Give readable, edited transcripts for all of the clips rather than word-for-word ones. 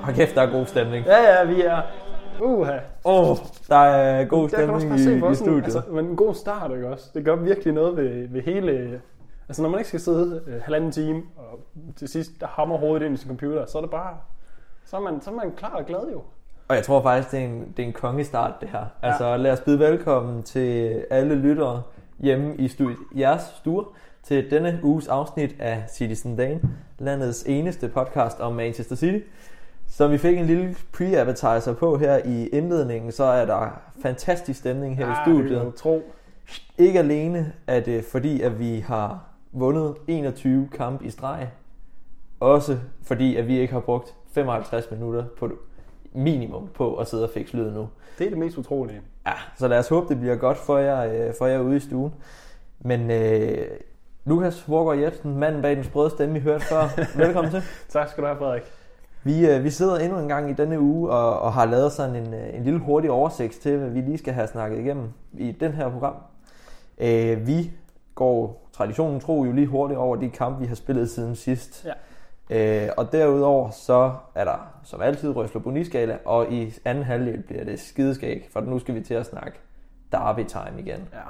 Hold kæft, der er god stemning. Ja, vi er... Der er god stemning i studiet. Altså, men en god start, ikke også? Det gør virkelig noget ved hele... Altså, når man ikke skal sidde halvanden time, og til sidst der hammer hovedet ind i sin computer, så er det bare... Så er man klar og glad jo. Og jeg tror faktisk, det er en kongestart, det her. Altså, lad os byde velkommen til alle lyttere hjemme i jeres stuer til denne uges afsnit af Citizen Dane, landets eneste podcast om Manchester City. Så vi fik en lille pre-appetizer på her i indledningen, så er der fantastisk stemning her i studiet. Ikke alene er det fordi, at vi har vundet 21 kampe i streg, også fordi, at vi ikke har brugt 55 minutter på minimum på at sidde og fikse lyd nu. Det er det mest utrolige. Ja, så lad os håbe, det bliver godt for jer ude i stuen. Men Lukas Vorgård Jebsen, manden bag den sprøde stemme, I hørte før. Velkommen til. Tak skal du have, Frederik. Vi sidder endnu en gang i denne uge og har lavet sådan en lille hurtig oversigt til, hvad vi lige skal have snakket igennem i den her program. Vi går traditionen tro jo lige hurtigt over de kampe, vi har spillet siden sidst. Ja. Og derudover så er der som altid Røsler Boniskala, og i anden halvdel bliver det skideskæg, for nu skal vi til at snakke derby time igen. Ja.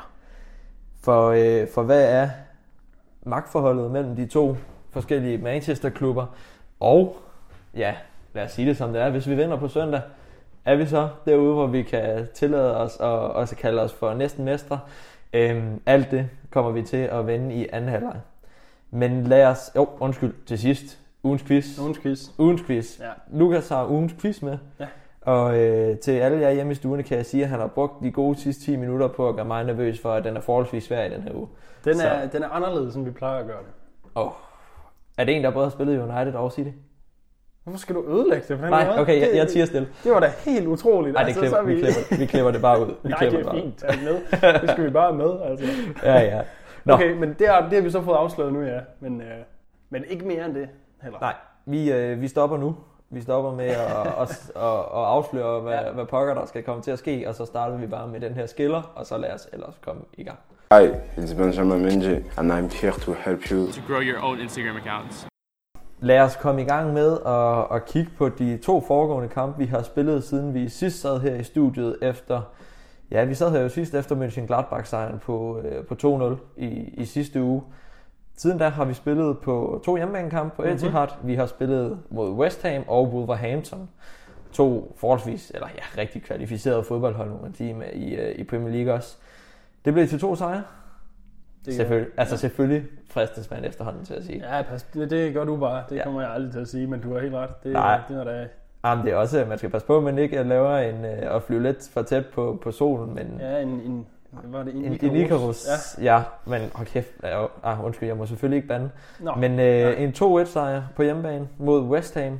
For hvad er magtforholdet mellem de to forskellige Manchester-klubber? Og ja, lad os sige det som det er. Hvis vi vinder på søndag, er vi så derude, hvor vi kan tillade os og også kalde os for næsten mestre. Alt det kommer vi til at vende i anden halvleg. Men lad os... til sidst. Ugens quiz. Ja. Lukas har ugens quiz med. Ja. Og til alle jer hjemme i stuerne kan jeg sige, at han har brugt de gode sidste 10 minutter på at gøre mig nervøs for, at den er forholdsvis svær i den her uge. Den er anderledes, end vi plejer at gøre det. Er det en, der både har spillet i United og City? Hvorfor skal du ødelægge det på den måde? Nej, okay, jeg tiger stille. Det var da helt utroligt. Nej, vi klipper det bare ud. Nej, det er fint. Tag det med. Det skal vi bare med, altså. Ja. Nå. Okay, men det har vi så fået afsløret nu, ja. Men ikke mere end det heller. Nej, vi stopper nu. Vi stopper med at afsløre, hvad pokker der skal komme til at ske, og så starter vi bare med den her skiller, og så lad os ellers komme i gang. Hi, it's Benjamin Mendy, and I'm here to help you to grow your own Instagram accounts. Lad os komme i gang med at kigge på de to foregående kampe, vi har spillet, siden vi sidst sad her i studiet efter... Ja, vi sad her jo sidst efter Mönchengladbach-sejren på 2-0 i sidste uge. Siden da har vi spillet på 2 hjemmebanekampe på Etihad. Vi har spillet mod West Ham og Wolverhampton. 2 forholdsvis, rigtig kvalificerede fodboldhold, må man sige, med i Premier League også. Det blev til 2 sejre. Selvfølgelig fristes man efterhånden til at sige. Ja, det gør du bare. Det kommer jeg aldrig til at sige, men du har helt ret. Det er da... Jamen, det er også, man skal passe på, at man ikke laver at flyve lidt for tæt på solen, men... Ja, en Icarus. Ja, men hold kæft. Undskyld, jeg må selvfølgelig ikke bande. Men en 2-1 sejr på hjemmebane mod West Ham.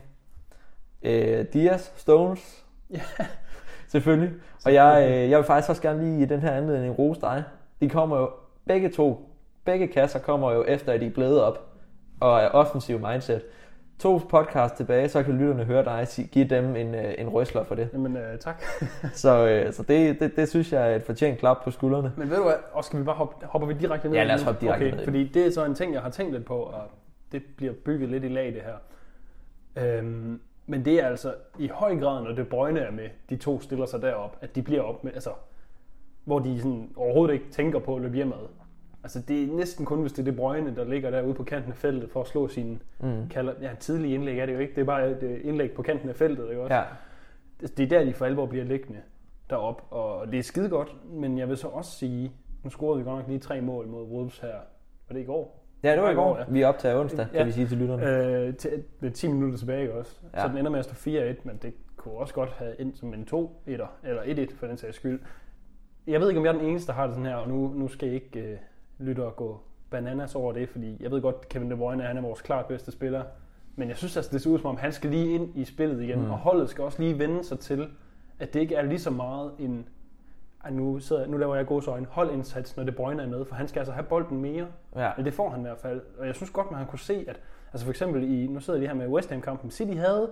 Diaz, Stones. Ja. Selvfølgelig. Og jeg vil faktisk også gerne lige i den her anledning rose dig. De kommer jo begge kasser kommer jo efter, at de er blevet op og er offensiv mindset. 2 podcast tilbage, så kan lytterne høre dig give dem en røsler for det. Jamen, tak. så det synes jeg er et fortjent klap på skuldrene. Men ved du hvad, og skal vi bare hopper vi direkte ned? Ja, lad os hoppe direkte ned. Fordi det er så en ting, jeg har tænkt lidt på, og det bliver bygget lidt i lag, det her. Men det er altså i høj grad, når De Bruyne er med, de 2 stiller sig derop, at de bliver op med, altså, hvor de sådan overhovedet ikke tænker på at løbe hjemad. Altså det er næsten kun, hvis det er De Bruyne, der ligger derude på kanten af feltet for at slå sine tidlige indlæg, er det jo ikke. Det er bare et indlæg på kanten af feltet, ikke også? Ja. Det er der, de for alvor bliver liggende derop, og det er skide godt, men jeg vil så også sige, nu scorede vi godt nok lige 3 mål mod Wolves her. Var det i går? Ja, det var i går. Ja. Vi er optaget onsdag, kan vi sige til lytterne. Med 10 minutter tilbage også. Ja. Så den ender med at stå 4-1, men det kunne også godt have endt som en 2-1'er, eller 1-1 for den sags skyld. Jeg ved ikke, om jeg er den eneste, der har det sådan her, og nu skal I ikke lytte og gå bananas over det, fordi jeg ved godt, Kevin De Bruyne, han er vores klart bedste spiller, men jeg synes altså, det ser ud som om, han skal lige ind i spillet igen, og holdet skal også lige vende sig til, at det ikke er lige så meget en, nu laver jeg gåseøjne, holdindsats, når De Bruyne er med, for han skal altså have bolden mere, men det får han i hvert fald, og jeg synes godt, man har kunne se, at altså for eksempel nu sidder de her med West Ham-kampen, City havde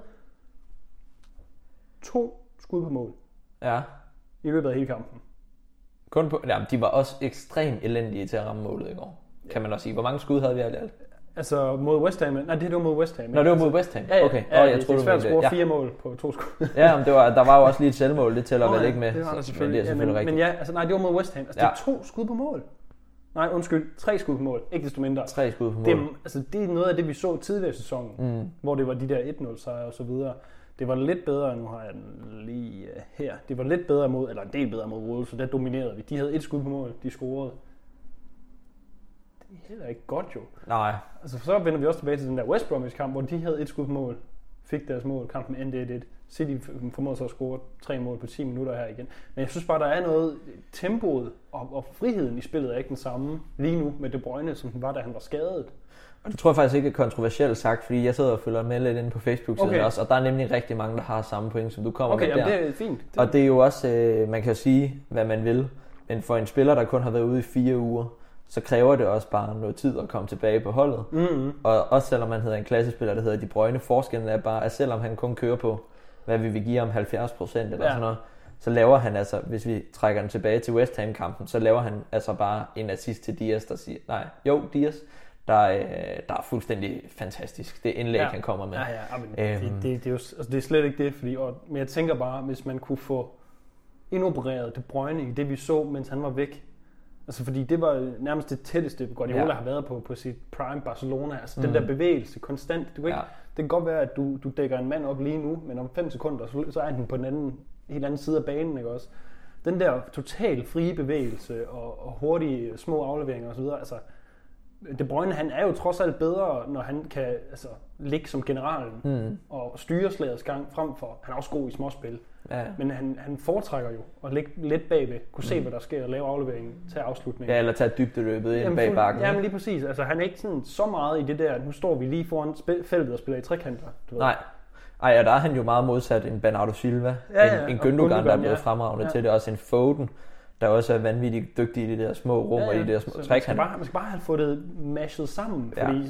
2 skud på mål i løbet af hele kampen. De var også ekstremt elendige til at ramme målet i går. Kan man også sige. Hvor mange skud havde vi alt? Altså mod West Ham? Nej, det var mod West Ham. Nå, det var mod West Ham? Ja, okay. Ja, jeg troede, det er svært at score 4 mål på 2 skud. Ja, men der var jo også lige et selvmål, det tæller vel ikke med. Det var der selvfølgelig. Det er selvfølgelig rigtigt. Men ja, altså nej, det var mod West Ham. Altså det er 2 skud på mål. Nej, undskyld, 3 skud på mål. Ikke desto mindre. 3 skud på mål. Det er noget af det, vi så tidligere i sæsonen, hvor det var de der 1-0 sejre og så videre. Det var lidt bedre, nu har jeg den lige her. Det var lidt bedre mod, eller en del bedre mod Wolves, så der dominerede vi. De havde 1 skud på mål, de scorede. Det er heller ikke godt jo. Nej. Altså så vender vi også tilbage til den der West Bromwich kamp, hvor de havde 1 skud på mål. Fik deres mål, kampen endte 1-1. City formåede så at score 3 mål på 10 minutter her igen. Men jeg synes bare, der er noget, tempoet og friheden i spillet er ikke den samme lige nu med De Bruyne, som den var, da han var skadet. Og det tror jeg faktisk ikke er kontroversielt sagt, fordi jeg sidder og følger med lidt inde på Facebook-siden også, og der er nemlig rigtig mange, der har samme point, som du kommer med der. Okay, det er fint. Og det er jo også, man kan jo sige, hvad man vil, men for en spiller, der kun har været ude i 4 uger, så kræver det også bare noget tid at komme tilbage på holdet. Mm-hmm. Og også selvom man hedder en klassespiller, der hedder De Bruyne, forskellen er bare, at selvom han kun kører på, hvad vi vil give ham 70% eller sådan noget, så laver han altså, hvis vi trækker den tilbage til West Ham-kampen, så laver han altså bare en assist til Diaz, der siger, Diaz, der er fuldstændig fantastisk. Det indlæg, han kommer med. Det er jo altså, det er slet ikke det, men jeg tænker bare, hvis man kunne få indopereret De Bruyne i det, vi så, mens han var væk. Altså, fordi det var nærmest det tætteste, Guardiola har været på sit prime Barcelona. Altså, den der bevægelse konstant. Det kan godt være, at du dækker en mand op lige nu, men om 5 sekunder, så er han på den helt anden side af banen, ikke også? Den der total frie bevægelse og hurtige små afleveringer osv., altså, De Bruyne, han er jo trods alt bedre, når han kan ligge som generalen og styre slagets gang frem for. Han er også god i småspil. Ja. Men han foretrækker jo at ligge lidt bagved, kunne se, hvad der sker, og lave afleveringen, tage afslutningen. Ja, eller tage dybdeløbet ind bag bakken. Jamen lige præcis. Altså, han er ikke sådan så meget i det der, nu står vi lige foran feltet og spiller i trekanter. Nej. Ej, og der er han jo meget modsat en Bernardo Silva. En Gündogan, der er blevet fremragende til det. Også en Foden, der også er vanvittigt dygtig i de der små rum og i de der små trekanter. Man skal bare have fået det mashet sammen, fordi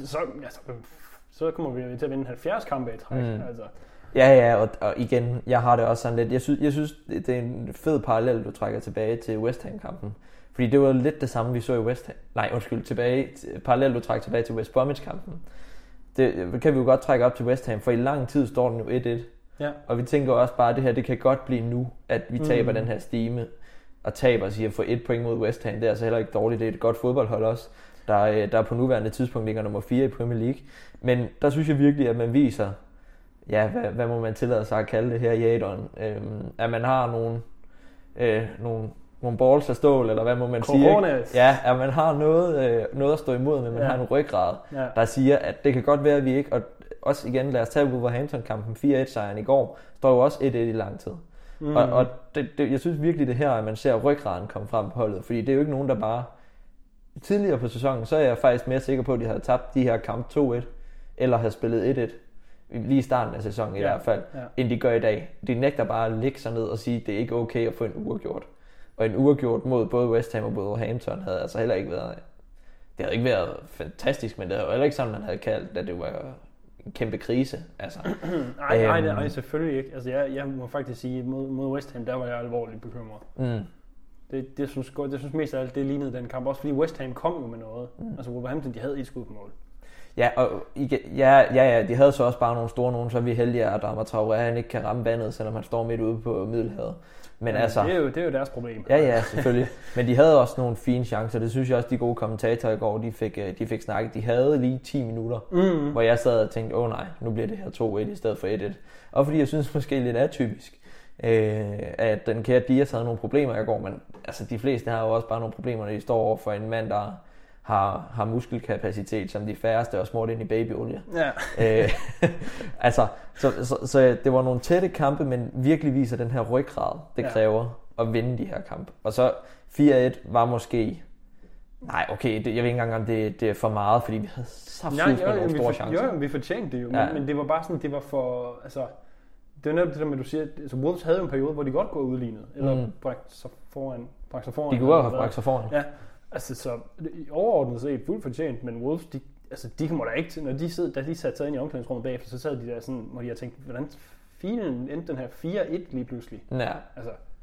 så kommer vi til at vinde 70 kampe i træk. Altså. Ja, og igen, jeg har det også sådan lidt. Jeg synes det er en fed parallel, du trækker tilbage til West Ham-kampen. Fordi det var lidt det samme, vi så i West Ham. Parallel, du trækker tilbage til West Bromwich-kampen. Det kan vi jo godt trække op til West Ham, for i lang tid står den jo 1-1. Ja. Og vi tænker også bare, at det her, det kan godt blive nu, at vi taber den her stime. Og taber og siger, at få 1 point mod West Ham, det er altså heller ikke dårligt. Det er et godt fodboldhold også, der på nuværende tidspunkt ligger nummer 4 i Premier League. Men der synes jeg virkelig, at man viser, hvad må man tillade sig at kalde det her i Adon. At man har nogle balls af stål, eller hvad må man sige? Ja, at man har noget at stå imod, men man har en ryggrad, der siger, at det kan godt være, at vi ikke, og også igen, lad os tage Wolverhampton-kampen, 4-1-sejren i går, står jo også 1-1 i lang tid. Og jeg synes virkelig det her, at man ser ryggraden komme frem på holdet, fordi det er jo ikke nogen, der bare... Tidligere på sæsonen, så er jeg faktisk mere sikker på, at de havde tabt de her kamp 2-1, eller havde spillet 1-1, lige i starten af sæsonen i hvert fald, end de gør i dag. De nægter bare at ligge sig ned og sige, at det er ikke okay at få en uafgjort. Og en uafgjort mod både West Ham og Wolverhampton havde altså heller ikke været... Det havde ikke været fantastisk, men det havde heller ikke sådan, man havde kaldt, at det var en kæmpe krise. Altså. Nej, selvfølgelig ikke. Altså, jeg må faktisk sige, mod West Ham, der var jeg alvorligt bekymret. Det synes mest af alt, det lignede den kamp. Også fordi West Ham kom jo med noget. Altså Wolverhampton, de havde 1 skud på mål. Ja, og de havde så også bare nogle store nogen, så er vi heldige, at Adama Traoré, han ikke kan ramme vandet, selvom han står midt ude på Middelhavet. Men altså, det er jo deres problem. Ja, selvfølgelig. Men de havde også nogle fine chancer. Det synes jeg også, de gode kommentatorer i går, de fik snakket. De havde lige 10 minutter, hvor jeg sad og tænkte, nej, nu bliver det her 2-1 i stedet for 1-1. Og fordi jeg synes måske lidt atypisk, at den kære Diaz havde nogle problemer i går, men altså, de fleste har jo også bare nogle problemer, når de står over for en mand, der har muskelkapacitet som de færreste og smurt ind i babyolie. Ja. Så det var nogle tætte kampe, men virkelig viser den her ryggrad, det kræver at vinde de her kampe. Og så 4-1 var måske... Nej, okay, jeg ved ikke engang, om det er for meget, fordi vi havde så fuldt med nogle store chancer. Jo, vi fortjente det jo, men det var bare sådan, det var for... Altså, det var netop det der med, du siger, altså Wolves havde jo en periode, hvor de godt går udlignet, eller bragte sig foran. De kunne også have bragt sig foran. Ja. Altså, så overordnet set fuldt fortjent, men Wolves, de kommer der ikke til, når da de satte sig ind i omklædningsrummet bagefter, så sad de der sådan, hvor de har tænkt, hvordan filen endte den her 4-1 lige pludselig. Ja. Altså,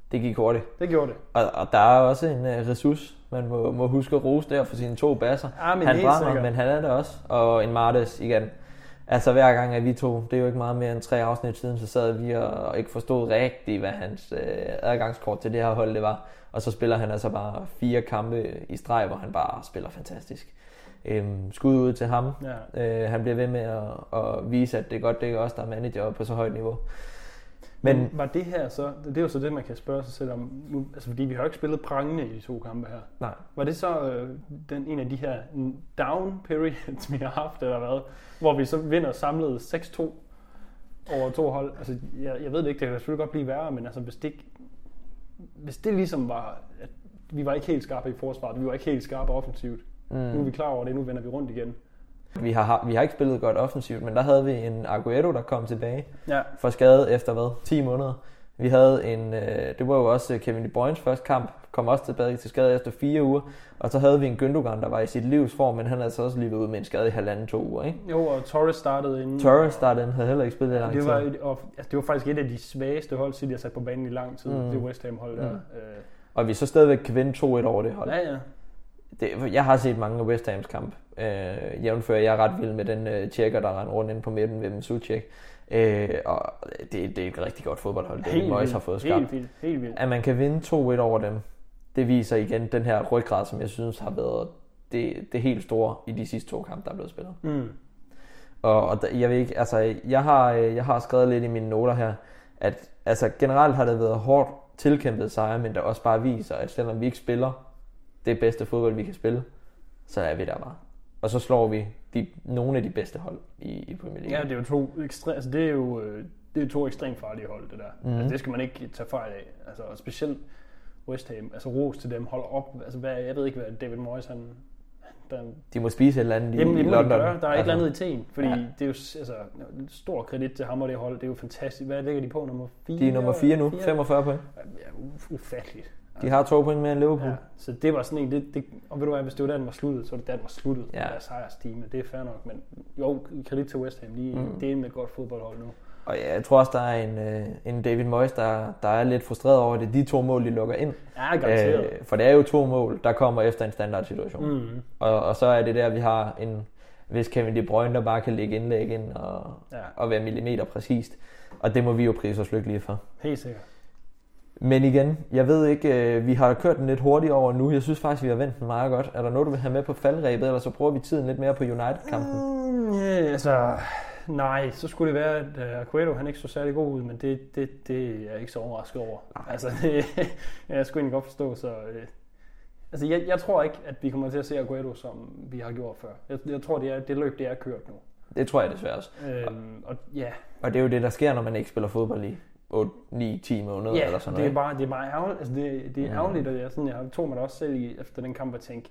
Det gik hurtigt. Det gjorde det. Og der er også en ressource, man må huske at rose der for sine 2 basser. Ja, men han brænder, men han er der også. Og en Martes igen. Altså hver gang, at vi to, det er jo ikke meget mere end 3 afsnit siden, så sad vi og ikke forstod rigtigt, hvad hans adgangskort til det her hold det var. Og så spiller han altså bare 4 kampe i streg, hvor han bare spiller fantastisk. Skud ud til ham. Ja. Han bliver ved med at vise, at det er godt, det er også der er manager på så højt niveau. Men var det her så, det er jo så det, man kan spørge sig selv om nu, altså fordi vi har ikke spillet prangende i de 2 kampe her. Nej. Var det så en af de her down periods, vi har haft, eller hvad? Hvor vi så vinder samlet 6-2 over 2 hold. Altså, jeg ved det ikke, det kan selvfølgelig godt blive værre, men altså, hvis det ligesom var, at vi var ikke helt skarpe i forsvaret, vi var ikke helt skarpe offensivt. Nu er vi klar over det, nu vender vi rundt igen. Vi har ikke spillet godt offensivt, men der havde vi en Agüero, der kom tilbage for skade efter 10 måneder. Vi havde det var jo også Kevin De Bruynes første kamp, kom også tilbage til skade efter 4 uger. Og så havde vi en Gündogan, der var i sit livs form, men han havde så også lige været ude med en skade i 1,5-2 uger, ikke? Jo, og Torres startede inden. Havde heller ikke spillet i lang tid. Det var faktisk et af de svageste hold, City har sat på banen i lang tid, det West Ham hold der. Og vi så stadigvæk kan vinde 2-1 over det hold. Ja. Jeg har set mange af West Hams kamp. Jævnfør, jeg er ret vild med den tjekker, der render rundt inde på midten ved Msucek. Og det er et rigtig godt fodboldhold, det Moyes har fået skabt. Helt vildt. At man kan vinde 2-1 over dem, det viser igen den her ryggrad, som jeg synes har været det helt store i de sidste 2 kampe, der er blevet spillet. Og jeg ved ikke, altså jeg har skrevet lidt i mine noter her, at altså generelt har det været hårdt tilkæmpet sejre, men der også bare viser, at selvom vi ikke spiller det bedste fodbold, vi kan spille, så er vi der bare. Og så slår vi nogle af de bedste hold i Premier League. Ja, det er jo det er 2 ekstremt farlige hold, det der. Altså, det skal man ikke tage fejl af. Altså, specielt West Ham, altså ros til dem, hold op. Altså, jeg ved ikke, hvad David Moyes de må spise et eller andet i London. Der er et eller andet i teen, fordi det er jo altså stor kredit til ham og det hold. Det er jo fantastisk. Hvad ligger de på? Nummer 4? De er nummer 4 nu, 45 point. Ja, ufatteligt. De har 2 point mere end Liverpool. Ja, så det var sådan en, og ved du hvad, hvis det var den var sluttet, så var det den var sluttet. Ja. Deres sejrstime, det er fair nok, men jo, kredit til West Ham, det er med et godt fodboldhold nu. Og jeg tror også, der er en David Moyes, der er lidt frustreret over det. De 2 mål, de lukker ind. Ja, garanteret. For det er jo 2 mål, der kommer efter en standardsituation. Og så er det der, vi har hvis Kevin De Bruyne, der bare kan lægge indlæg ind og være millimeter præcist. Og det må vi jo prise os lykkelige for. Helt sikkert. Men igen, jeg ved ikke, vi har kørt den lidt hurtigt over nu. Jeg synes faktisk, vi har vendt den meget godt. Er der noget, du vil have med på faldrebet, eller så bruger vi tiden lidt mere på United-kampen? Nej, så skulle det være, at Agüero han ikke så særlig god ud, men det er jeg ikke så overrasket over. Altså, jeg skulle egentlig godt forstå, så... Altså, jeg tror ikke, at vi kommer til at se Agüero, som vi har gjort før. Jeg tror, det løb, det er kørt nu. Det tror jeg desværre også. Og det er jo det, der sker, når man ikke spiller fodbold i 8, 9, 10 måneder eller sådan noget. Det er bare ærgerligt. Altså, det er ærgerligt, og jeg tog mig da også selv efter den kamp og tænkte,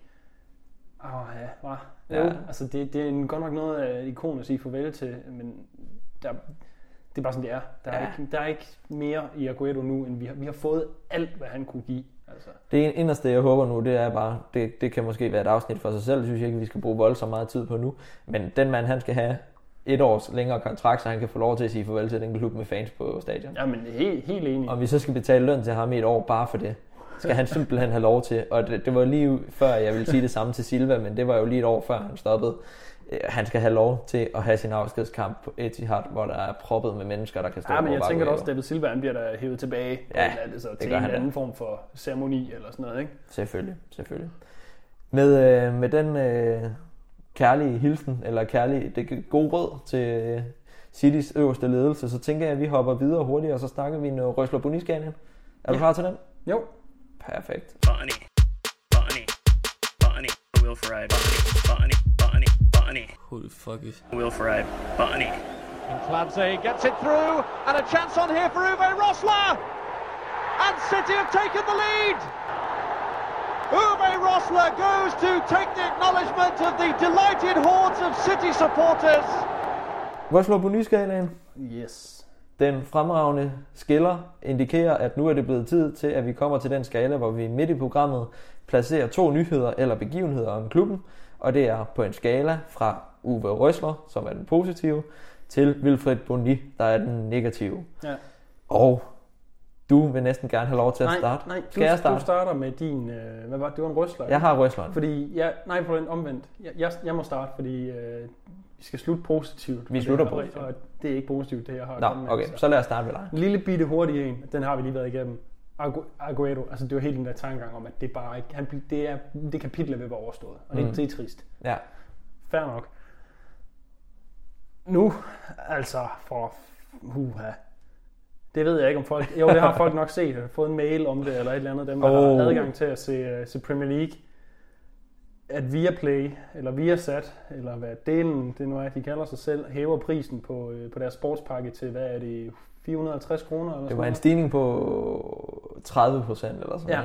altså det er godt nok noget af ikon at sige farvel til, men det er bare sådan, det er. Der er ikke mere i Agüero nu, end vi har fået alt, hvad han kunne give. Altså. Det inderste, jeg håber nu, det er bare, det kan måske være et afsnit for sig selv, det synes jeg ikke, vi skal bruge voldsomt meget tid på nu, men den mand, han skal have 1 års længere kontrakt, så han kan få lov til at sige farvel til den klub med fans på stadion. Ja, men helt enig. Og vi så skal betale løn til ham i 1 år bare for det, skal han simpelthen have lov til. Og det var lige før, jeg ville sige det samme til Silva, men det var jo lige 1 år før han stoppede. Han skal have lov til at have sin afskedskamp på Etihad, hvor der er proppet med mennesker, der kan stå på. Ja, men jeg tænker da også, at David Silva bliver der hævet tilbage til en anden form for ceremoni eller sådan noget, ikke? Selvfølgelig. Med den kærlige hilsen, eller det gode råd til Citys øverste ledelse, så tænker jeg, at vi hopper videre hurtigt, og så snakker vi noget Rösler Bundesligaen. Er du klar til den? Jo. Perfekt. Bunny, Will Ferrari, Bunny. Who the fuck is Will Ferrari, Bunny. And Clancy gets it through, and a chance on here for Uwe Rosler! And City have taken the lead! Uwe Rosler goes to take the acknowledgement of the delighted hordes of City supporters. Rösler Bundesligaen. Yes. Den fremragende skiller indikerer, at nu er det blevet tid til, at vi kommer til den skala, hvor vi midt i programmet placerer 2 nyheder eller begivenheder om klubben. Og det er på en skala fra Uwe Rösler, som er den positive, til Wilfried Bony, der er den negative. Ja. Og Du vil næsten gerne have lov til at starte. Nej, Skal jeg starte? Du starter med din... hvad var det? Det var en røsler. Jeg har røsleren. Fordi... Nej, på den omvendt. Jeg må starte, fordi vi skal slutte positivt. Vi slutter positivt. Og det er ikke positivt, det jeg har. Nå, okay. Så lad os starte med dig. En lille bitte hurtig en. Den har vi lige været igennem. Aguero. Altså, det var helt den der tankegang om, at det bare ikke... Det kapitel er ved at være overstået. Og det er trist. Ja. Fair nok. Nu, altså, for... Det ved jeg ikke om folk... Jo, det har folk nok set. Har fået en mail om det, eller et eller andet. Dem, der har adgang til at se Premier League. At Viaplay, eller Viasat, eller hvad delen det nu er, de kalder sig selv, hæver prisen på deres sportspakke til, hvad er det, 450 kroner? Eller det var en stigning på 30% eller sådan noget. Ja.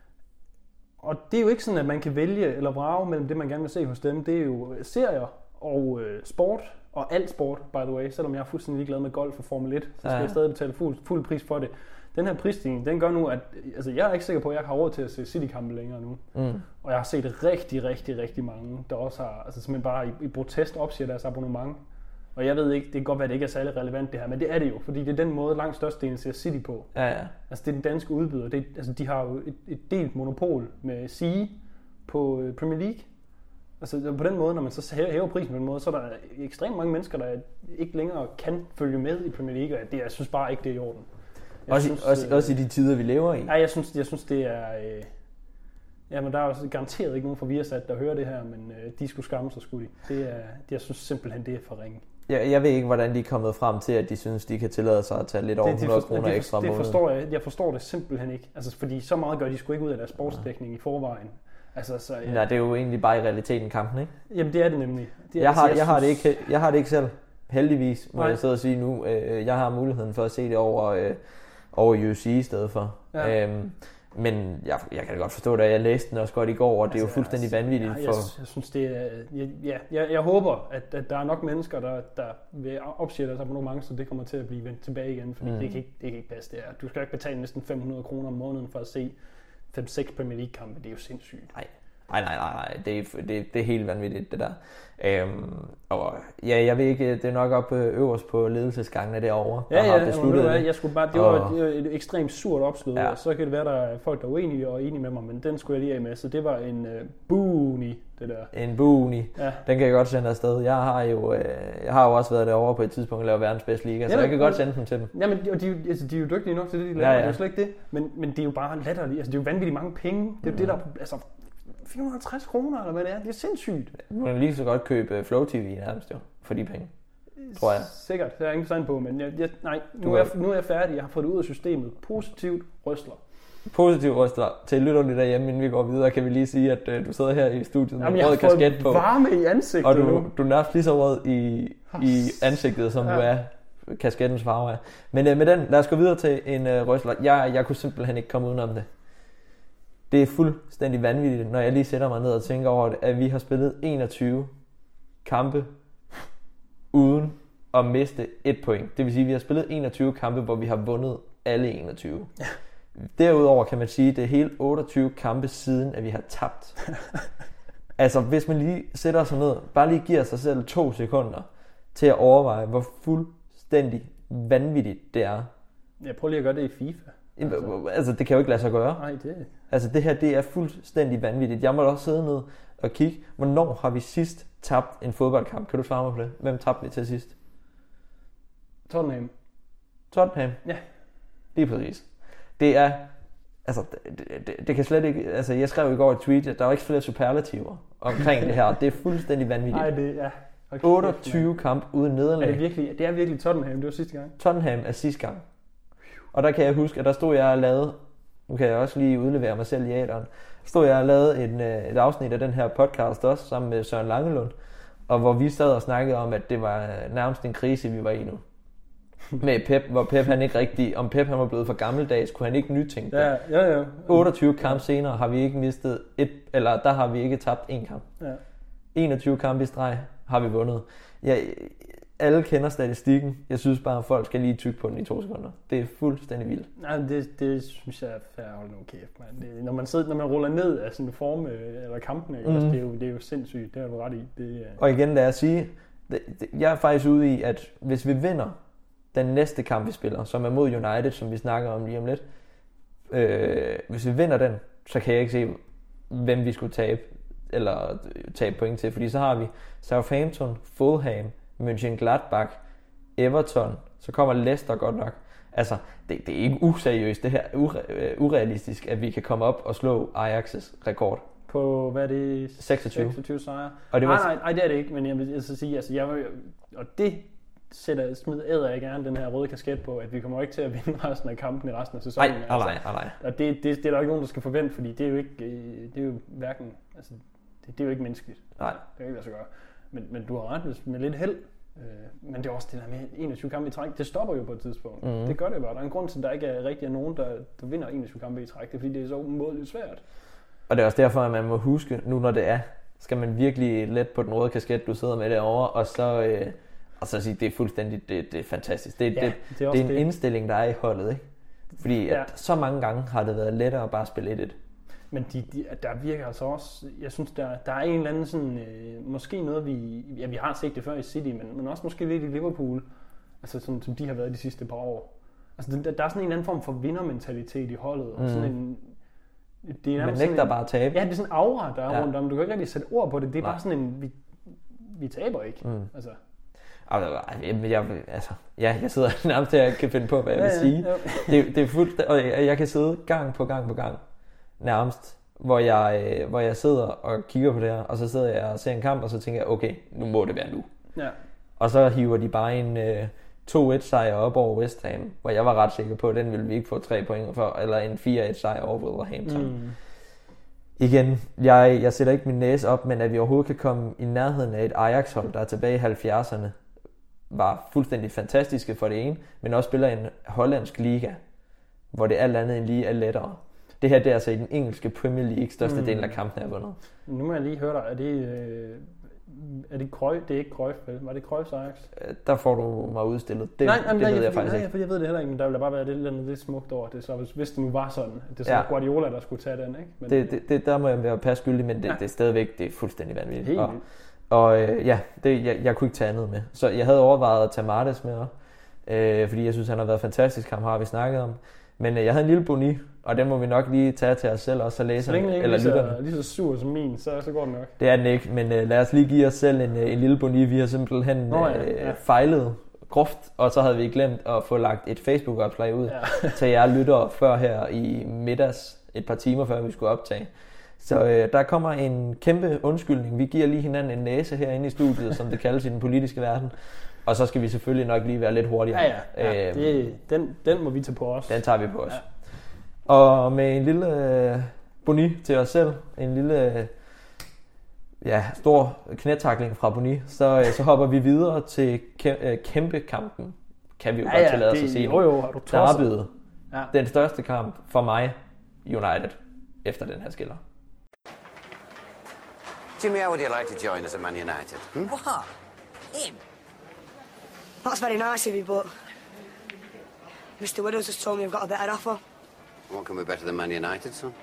Og det er jo ikke sådan, at man kan vælge eller vrage mellem det, man gerne vil se hos dem. Det er jo serier og sport, og alt sport, by the way. Selvom jeg er fuldstændig ligeglad med golf og Formel 1, så skal jeg stadig betale fuld pris for det. Den her prisstigning, den gør nu, at altså, jeg er ikke sikker på, at jeg har råd til at se City-kampe længere nu. Og jeg har set rigtig mange, der også har, altså simpelthen bare i protest opsiger deres abonnement. Og jeg ved ikke, det kan godt være, at det ikke er særlig relevant det her, men det er det jo, fordi det er den måde, langt størstedelen ser City på. Ja. Altså det er den danske udbyder. Altså de har jo et delt monopol med Sige på Premier League. Altså på den måde, når man så hæver prisen på den måde, så er der ekstremt mange mennesker, der ikke længere kan følge med i Premier League, og jeg synes bare ikke, det er i orden. Også i de tider, vi lever i. Nej, jeg synes det er... men der er også garanteret ikke nogen fra Viasat, der hører det her, men de skulle skamme sig, skulle de. Jeg synes simpelthen, det er for ringe. Jeg ved ikke, hvordan de er kommet frem til, at de synes, de kan tillade sig at tage lidt over 100 kroner ekstra om måneden. Jeg forstår det simpelthen ikke. Altså, fordi så meget gør de sgu ikke ud af deres sportsdækning i forvejen. Altså, så, nej, det er jo egentlig bare i realiteten kampen, ikke? Jamen, det er det nemlig. Jeg har det ikke selv. Heldigvis, må jeg sidde og sige nu. Jeg har muligheden for at se det over UFC i stedet for. Ja. Men jeg kan da godt forstå det, jeg læste den også godt i går, og det er jo fuldstændig vanvittigt. Jeg synes, det er... Jeg håber, at der er nok mennesker, der vil opsige deres abonnement, så det kommer til at blive vendt tilbage igen, fordi det kan ikke passe det her. Du skal ikke betale næsten 500 kroner om måneden for at se 5-6 Premier League-kampe, det er jo sindssygt. Nej. Det er helt vanvittigt, det der. Og jeg ved ikke, det er nok op øverst på ledelsesgangene derovre, der har besluttet det. Det var et ekstremt surt opslud, og så kan det være, der er folk, der er uenige og enige med mig, men den skulle jeg lige af med, så det var en booni, det der. En booni. Ja. Den kan jeg godt sende afsted. Jeg har jo også været derovre på et tidspunkt og lavet verdens bedste liga, så jeg kan godt sende dem til dem. Jamen, de er jo dygtige nok til det, de laver, det er jo slet ikke det, men det er jo bare latterligt, altså det er jo vanvittigt mange penge, det er jo det der, altså 450 kroner, eller hvad det er. Det er sindssygt. Du kan lige så godt købe Flow TV nærmest jo, for de penge, tror jeg. Sikkert, det er jeg ikke forstand på, men nu er jeg færdig. Jeg har fået det ud af systemet. Positivt røsler. Positivt røsler. Til lytterne derhjemme, inden vi går videre, kan vi lige sige, at du sidder her i studiet med en rød kasket på. Varme i ansigtet. Og du er nærmest lige så rød i ansigtet, som du er kaskettens farve er. Men med den, lad os gå videre til en røsler. Jeg kunne simpelthen ikke komme udenom det. Det er fuldstændig vanvittigt, når jeg lige sætter mig ned og tænker over det, at vi har spillet 21 kampe uden at miste 1 point. Det vil sige, at vi har spillet 21 kampe, hvor vi har vundet alle 21. Ja. Derudover kan man sige, at det er hele 28 kampe siden, at vi har tabt. Altså, hvis man lige sætter sig ned, bare lige giver sig selv 2 sekunder til at overveje, hvor fuldstændig vanvittigt det er. Jeg prøver lige at gøre det i FIFA. Altså, det kan jo ikke lade sig gøre. Nej, det... Altså, det her, det er fuldstændig vanvittigt. Jeg må også sidde ned og kigge. Hvornår har vi sidst tabt en fodboldkamp? Kan du svare mig på det? Hvem tabte vi til sidst? Tottenham. Tottenham? Ja. Lige præcis. Det er... Altså, det kan slet ikke... Altså, jeg skrev i går et tweet, at der er ikke flere superlativer omkring det her. Det er fuldstændig vanvittigt. Nej, det er... Okay, 28 kamp uden nederlag. Det er virkelig Tottenham, det var sidste gang. Tottenham er sidste gang. Og der kan jeg huske, at der stod jeg og lavede, nu kan jeg også lige udlevere mig selv i æteren, stod jeg og lavede et afsnit af den her podcast også, sammen med Søren Langelund, og hvor vi sad og snakkede om, at det var nærmest en krise, vi var i nu. Med Pep, hvor Pep han ikke rigtig, om Pep han var blevet for gammeldags, kunne han ikke nytænke det. Ja. 28 kamp senere har vi ikke mistet der har vi ikke tabt 1 kamp. Ja. 21 kampe i streg har vi vundet. Alle kender statistikken. Jeg synes bare, at folk skal lige tykke på den i 2 sekunder. Det er fuldstændig vildt. Nej, det synes jeg er fair at holde nu kæft, man. Når man ruller ned af sådan en form eller kampene, det er jo sindssygt. Det har du ret i. Og igen, lad jeg sige, jeg er faktisk ude i, at hvis vi vinder den næste kamp, vi spiller, som er mod United, som vi snakker om lige om lidt, hvis vi vinder den, så kan jeg ikke se, hvem vi skulle tabe point til, fordi så har vi Southampton, Fulham, Mönchengladbach, Everton, så kommer Leicester godt nok. Altså, det er ikke useriøst, det her urealistisk, at vi kan komme op og slå Ajax's rekord. På, hvad er det? 26 sejre. Og det var Nej, det er det ikke, men jeg vil så sige, altså, og det smider jeg gerne den her røde kasket på, at vi kommer ikke til at vinde resten af kampen i resten af sæsonen. Nej. Og det er der jo ikke nogen, der skal forvente, fordi det er jo ikke, det er jo hverken, altså, det er jo ikke menneskeligt. Nej. Det kan ikke lade sig gøre. Men du har ret med lidt held. Men det er også det der med 21 kampe i træk. Det stopper jo på et tidspunkt. Mm. Det gør det bare. Der er en grund til, at der ikke er rigtig nogen, der vinder 21 kampe i træk. Det er fordi, det er så umådeligt svært. Og det er også derfor, at man må huske, nu når det er, skal man virkelig let på den røde kasket, du sidder med derovre, og så sige, det er fuldstændig, det er fantastisk. Det er en indstilling, der er i holdet, ikke? Fordi at så mange gange har det været lettere at bare spille 1-1. Men der virker altså også, jeg synes, der er en eller anden sådan, måske noget vi har set det før i City, men også måske lidt i Liverpool, altså sådan, som de har været de sidste par år. Altså der er sådan en eller anden form for vindermentalitet i holdet, og sådan en... Det er men nægter bare at tabe. Ja, det er sådan en aura, der er rundt om. Du kan ikke rigtig sætte ord på det. Det er bare sådan en, vi taber ikke. Altså. Jeg sidder nærmest til, at jeg kan finde på, hvad jeg vil sige. Det er fuldt, og jeg kan sidde gang på gang nærmest, hvor jeg sidder og kigger på det her, og så sidder jeg og ser en kamp, og så tænker jeg, okay, nu må det være nu. Ja. Og så hiver de bare en 2-1 sejr op over West Ham, hvor jeg var ret sikker på, at den ville vi ikke få 3 point for, eller en 4-1 sejr over Wolverhampton. Igen, jeg sætter ikke min næse op, men at vi overhovedet kan komme i nærheden af et Ajax-hold, der er tilbage i 70'erne, var fuldstændig fantastiske for det ene, men også spiller i en hollandsk liga, hvor det alt andet end lige er lettere. Det her, det er altså i den engelske Premier League, største del af kampen er vundet. Nu må jeg lige høre dig, er det Cruyff? Det er ikke Cruyff, vel? Var det Cruyffs Ajax? Der får du mig udstillet. Det ved jeg faktisk ikke. For jeg ved det heller ikke, men der ville bare være lidt smukt over det. Så hvis det nu var sådan, det er så Guardiola, der skulle tage den, ikke? Men, der må jeg være passe skyldig, men det er stadigvæk, det er fuldstændig vanvittigt. Jeg kunne ikke tage andet med. Så jeg havde overvejet at tage Martes med, fordi jeg synes, han har været fantastisk. Ham har vi snakket om. Men jeg havde en lille boni, og den må vi nok lige tage til os selv og så læse. Så længe den ikke er lige så sur som min, så går den nok. Det er den ikke, men lad os lige give os selv en lille boni. Vi har simpelthen fejlet groft, og så havde vi glemt at få lagt et Facebook-opslag ud til jer lyttere før her i middags, et par timer før vi skulle optage. Så der kommer en kæmpe undskyldning. Vi giver lige hinanden en næse herinde i studiet, som det kaldes i den politiske verden. Og så skal vi selvfølgelig nok lige være lidt hurtigere. Den må vi tage på os. Den tager vi på os. Ja. Og med en lille boni til os selv, en lille stor knætakling fra boni, så hopper vi videre til kæmpe kampen. Kan vi jo godt tillade os at sige. Jo, har du tosset. Den største kamp for mig, United, efter den her skiller. Jimmy, how would you like to join us at Man United? What? Him? That's very nice of you, but Mr. Widows has told me I've got a better offer. What can be better than Man United, son?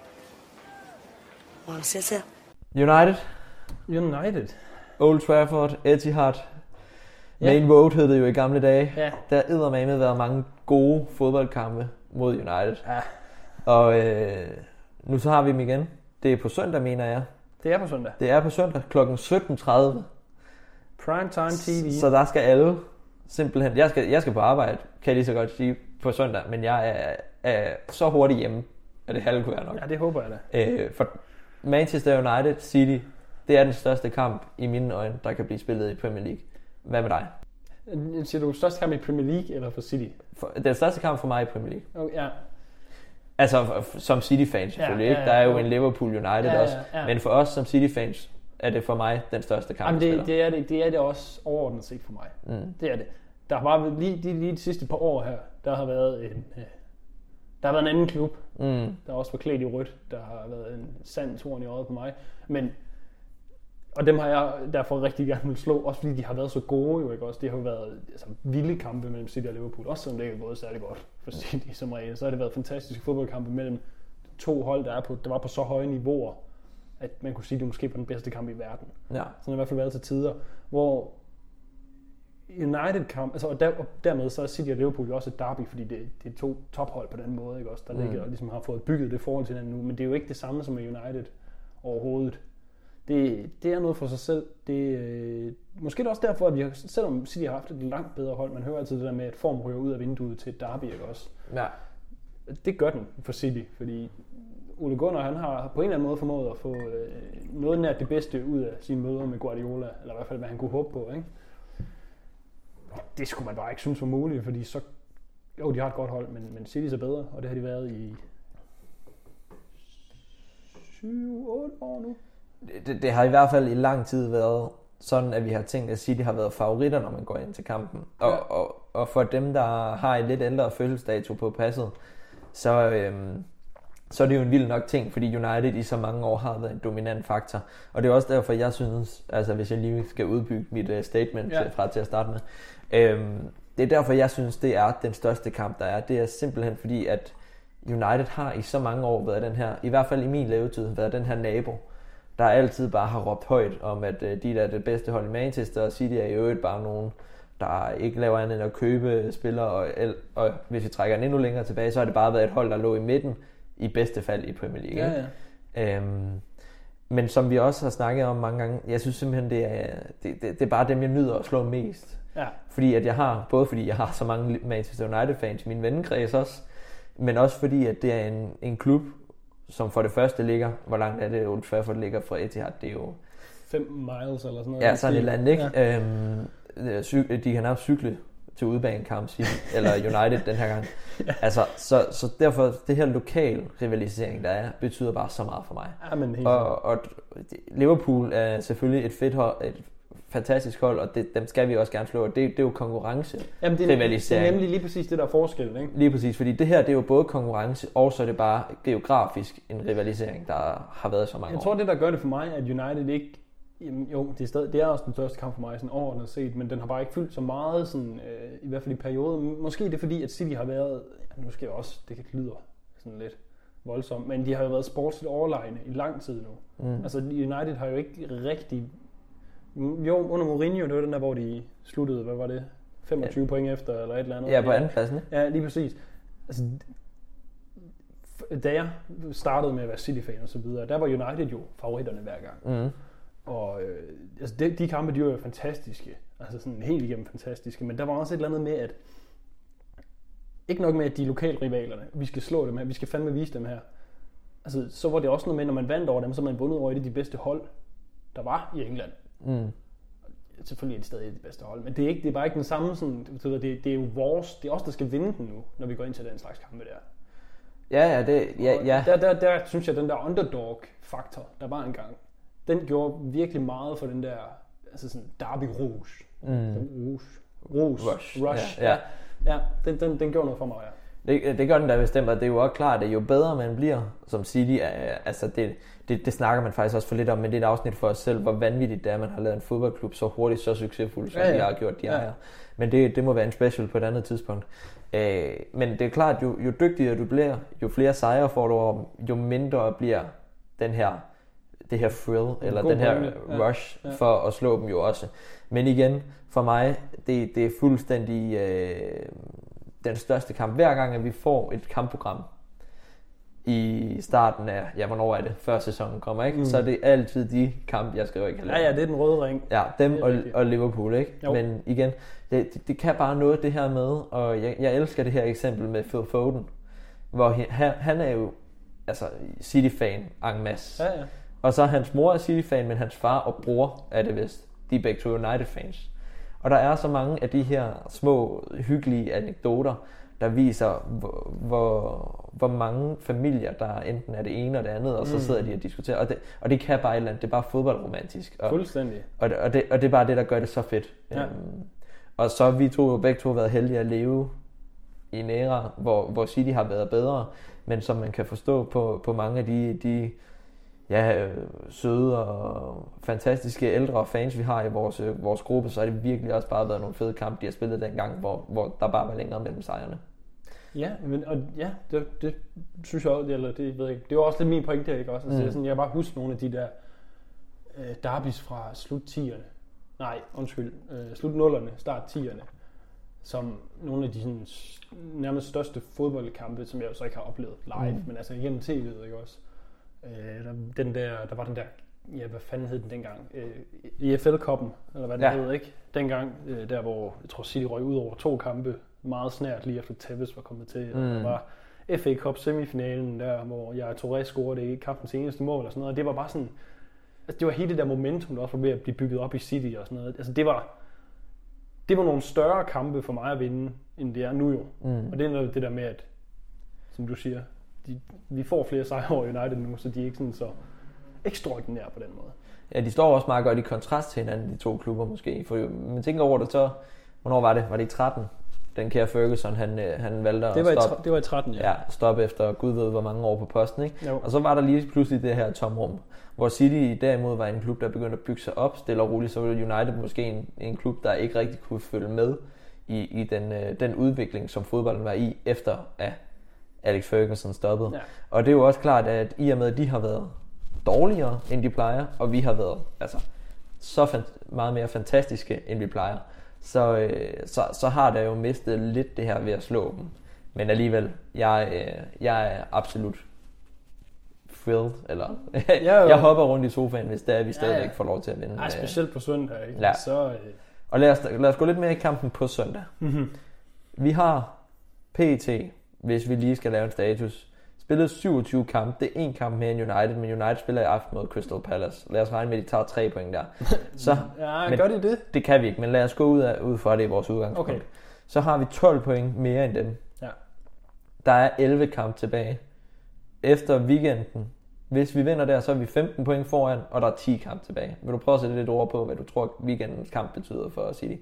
Man City. United. Old Trafford, Etihad. Main Road hed det jo i gamle dage. Ja. Der har eddermame været mange gode fodboldkampe mod United. Ja. Og nu så har vi dem igen. Det er på søndag, mener jeg. Det er på søndag. Det er på søndag kl. 17.30. Primetime TV. Så der skal alle simpelthen... Jeg skal på arbejde, kan jeg lige så godt sige, på søndag. Men jeg er så hurtigt hjemme, at det halve kunne være nok. Ja, det håber jeg da. For Manchester United City, det er den største kamp i mine øjne, der kan blive spillet i Premier League. Hvad med dig? Siger du største kamp i Premier League eller for City? Den største kamp for mig i Premier League. Okay, ja. Altså som City-fan selvfølgelig, ikke? Der er jo en Liverpool United også. Men for os som City-fans er det for mig den største kamp. Jamen det er det også overordnet set for mig. Det er det. Der har bare lige de sidste par år her, der har været en anden klub, der også var klædt i rødt, der har været en sand torn i øjet på mig. Og dem har jeg derfor rigtig gerne vil slå, også fordi de har været så gode jo, ikke også. Det har jo været vilde kampe mellem City og Liverpool, også selvom det ikke er gået særlig godt for City som regel. Så har det været fantastiske fodboldkampe mellem to hold, der var på så høje niveauer, at man kunne sige, at det måske var den bedste kamp i verden. Ja. Så det har i hvert fald været til tider, hvor United-kamp, altså, og dermed så er City og Liverpool jo også et derby, fordi det er 2 tophold på den måde, ikke også, der ligger og ligesom har fået bygget det forhold til hinanden nu, men det er jo ikke det samme som med United overhovedet. Det er noget for sig selv. Måske er det også derfor, at selvom City har haft et langt bedre hold, man hører altid det der med, at form ryger ud af vinduet til et derby, ikke også? Ja. Det gør den for City, fordi Ole Gunnar, han har på en eller anden måde formået at få noget nær det bedste ud af sine møder med Guardiola, eller i hvert fald, hvad han kunne håbe på, ikke? Det skulle man bare ikke synes var muligt, fordi så... Jo, de har et godt hold, men City er bedre, og det har de været i 7-8 år nu. Det har i hvert fald i lang tid været sådan, at vi har tænkt, at City har været favoritter, når man går ind til kampen. Og for dem, der har et lidt ældre fødselsdato på passet, så er det jo en vild nok ting, fordi United i så mange år har været en dominant faktor. Og det er også derfor, jeg synes, altså hvis jeg lige skal udbygge mit statement fra til at starte med, det er derfor, jeg synes, det er den største kamp, der er. Det er simpelthen fordi, at United har i så mange år været den her, i hvert fald i min levetid, været den her nabo, der altid bare har råbt højt om, at de der er det bedste hold i Manchester, og City er i øvrigt bare nogen, der ikke laver andet end at købe spillere, og hvis vi trækker den endnu længere tilbage, så har det bare været et hold, der lå i midten, i bedste fald i Premier League. Ja. Men som vi også har snakket om mange gange, jeg synes simpelthen, det er bare dem, jeg nyder at slå mest. Ja. Fordi jeg har så mange Manchester United-fans i min vennekreds også, men også fordi, at det er en klub, som for det første ligger, hvor langt er det, Old Trafford ligger fra Etihad, det er jo 5 miles eller sådan noget. Ja, sådan et eller andet, ikke? Ja. De kan nærmest cykle til udebanekamp, eller United den her gang. Ja. Altså, så derfor, det her lokal rivalisering, der er, betyder bare så meget for mig. Ja, men og Liverpool er selvfølgelig et fedt hold, et fantastisk hold, og dem skal vi også gerne slå. Det er jo konkurrence-rivalisering. Det er nemlig lige præcis det, der er forskellen, ikke? Lige præcis, fordi det her, det er jo både konkurrence, og så er det bare geografisk en rivalisering, der har været så mange år. Jeg tror, det der gør det for mig, at United ikke... Jo, det er også den største kamp for mig, sådan overordnet set, men den har bare ikke fyldt så meget, sådan, i hvert fald i perioden. Måske det er fordi, at City har været... Ja, nu skal jeg også... Det kan lyde sådan lidt voldsomt, men de har jo været sportsligt overlegne i lang tid nu. Altså, United har jo ikke rigtig... Jo, under Mourinho, det var den der, hvor de sluttede, hvad var det? 25 point efter, eller et eller andet. Ja, på andenpladsen. Ja, lige præcis. Altså, da jeg startede med at være City-fan og så videre, der var United jo favoritterne hver gang. Og altså de kampe, de var jo fantastiske. Altså sådan helt igennem fantastiske. Men der var også et eller andet med, at ikke nok med, at de lokale rivalerne, vi skal slå dem her, vi skal fandme vise dem her. Altså, så var det også noget med, når man vandt over dem, så man vundet over et af de bedste hold, der var i England. Selvfølgelig er de stadig det bedste hold, men det er bare ikke den samme sådan, det er jo vores, det er os, der skal vinde den nu, når vi går ind til den slags kampe der. Der synes jeg, den der underdog-faktor, der var engang, den gjorde virkelig meget for den der, altså sådan Derby Rouge. Rush. Ja, den gjorde noget for mig, ja. Det gør den da bestemt, og det er jo også klart, at jo bedre man bliver som City, altså det snakker man faktisk også for lidt om, men det er et afsnit for os selv, hvor vanvittigt det er, at man har lavet en fodboldklub så hurtigt, så succesfuld, som de har gjort, de ejer. Men det må være en special på et andet tidspunkt. Men det er klart, jo dygtigere du bliver, jo flere sejre får du, jo mindre bliver det her thrill, eller den her rush for at slå dem jo også. Men igen, for mig, det er fuldstændig den største kamp. Hver gang, at vi får et kampprogram i starten af, hvornår er det, før sæsonen kommer, ikke? Så er det altid de kampe, jeg skriver ikke. Ja, det er den røde ring. Ja, dem og Liverpool, ikke? Jo. Men igen, det kan bare noget det her med, og jeg elsker det her eksempel med Phil Foden, hvor han er jo altså City-fan en masse. Ja. Og så hans mor er City-fan, men hans far og bror er det vist. De er begge to United-fans. Og der er så mange af de her små, hyggelige anekdoter, der viser, hvor mange familier, der enten er det ene og det andet, og så sidder de og diskuterer. Og det kan bare et eller andet. Det er bare fodboldromantisk. Fuldstændig. Og det er bare det, der gør det så fedt. Ja. Og så vi begge to været heldige at leve i en æra, hvor City har været bedre, men som man kan forstå på mange af de søde og fantastiske ældre fans, vi har i vores gruppe, så har det virkelig også bare været nogle fede kampe, de har spillet dengang, hvor der bare var længere mellem sejrene. Ja, det synes jeg også, eller det ved jeg ikke. Det var også lidt min pointe, ikke også? Altså, sådan, jeg bare husker nogle af de der derbys fra slut 10'erne. Slut 0'erne, start 10'erne, som nogle af de sådan, nærmest største fodboldkampe, som jeg så ikke har oplevet live, men altså igennem tv'et, ikke også? Der var den der, ja, hvad fanden hed den dengang? EFL-koppen, eller hvad den hed, ikke? Dengang, der hvor, jeg tror City røg ud over 2 kampe, meget snært lige efter Tevez var kommet til, og der var FA Cup semifinalen der, hvor jeg Touré scorede det i kampens eneste mål og sådan noget, og det var bare sådan, altså det var hele det der momentum, der også var ved at blive bygget op i City og sådan noget, altså det var nogle større kampe for mig at vinde, end det er nu jo, og det er noget det der med, at, som du siger, vi får flere sejre over United nu, så de er ikke sådan så ekstraordinære på den måde. Ja, de står også meget godt i kontrast til hinanden, de to klubber måske, for man tænker over det så, hvornår var det? Var det i 13? Den kære Ferguson, han valgte at stoppe. Det var i 13, ja. Ja, stoppe efter Gud ved hvor mange år på posten, ikke? Jo. Og så var der lige pludselig det her tomrum, hvor City derimod var en klub, der begyndte at bygge sig op stille og roligt, så var United måske en klub, der ikke rigtig kunne følge med i den udvikling, som fodbolden var i, efter at Alex Ferguson stoppede. Ja. Og det er jo også klart, at i og med, at de har været dårligere, end de plejer, og vi har været så meget mere fantastiske, end vi plejer, så har der jo mistet lidt det her ved at slå dem. Men alligevel, jeg er absolut thrilled, eller jeg hopper rundt i sofaen, hvis det er, vi stadigvæk får lov til at vinde. Nej, specielt på søndag, ikke? Ja. Og lad os gå lidt mere i kampen på søndag. Vi har PET, hvis vi lige skal lave en status, spillet 27 kampe. Det er 1 kamp mere end United, men United spiller i aften mod Crystal Palace. Lad os regne med, at de tager 3 point der. Så, gør de det? Det kan vi ikke, men lad os gå ud fra det i vores udgangspunkt. Okay. Så har vi 12 point mere end dem. Ja. Der er 11 kampe tilbage. Efter weekenden, hvis vi vinder der, så er vi 15 point foran, og der er 10 kampe tilbage. Vil du prøve at sætte lidt ord på, hvad du tror, weekendens kamp betyder for City?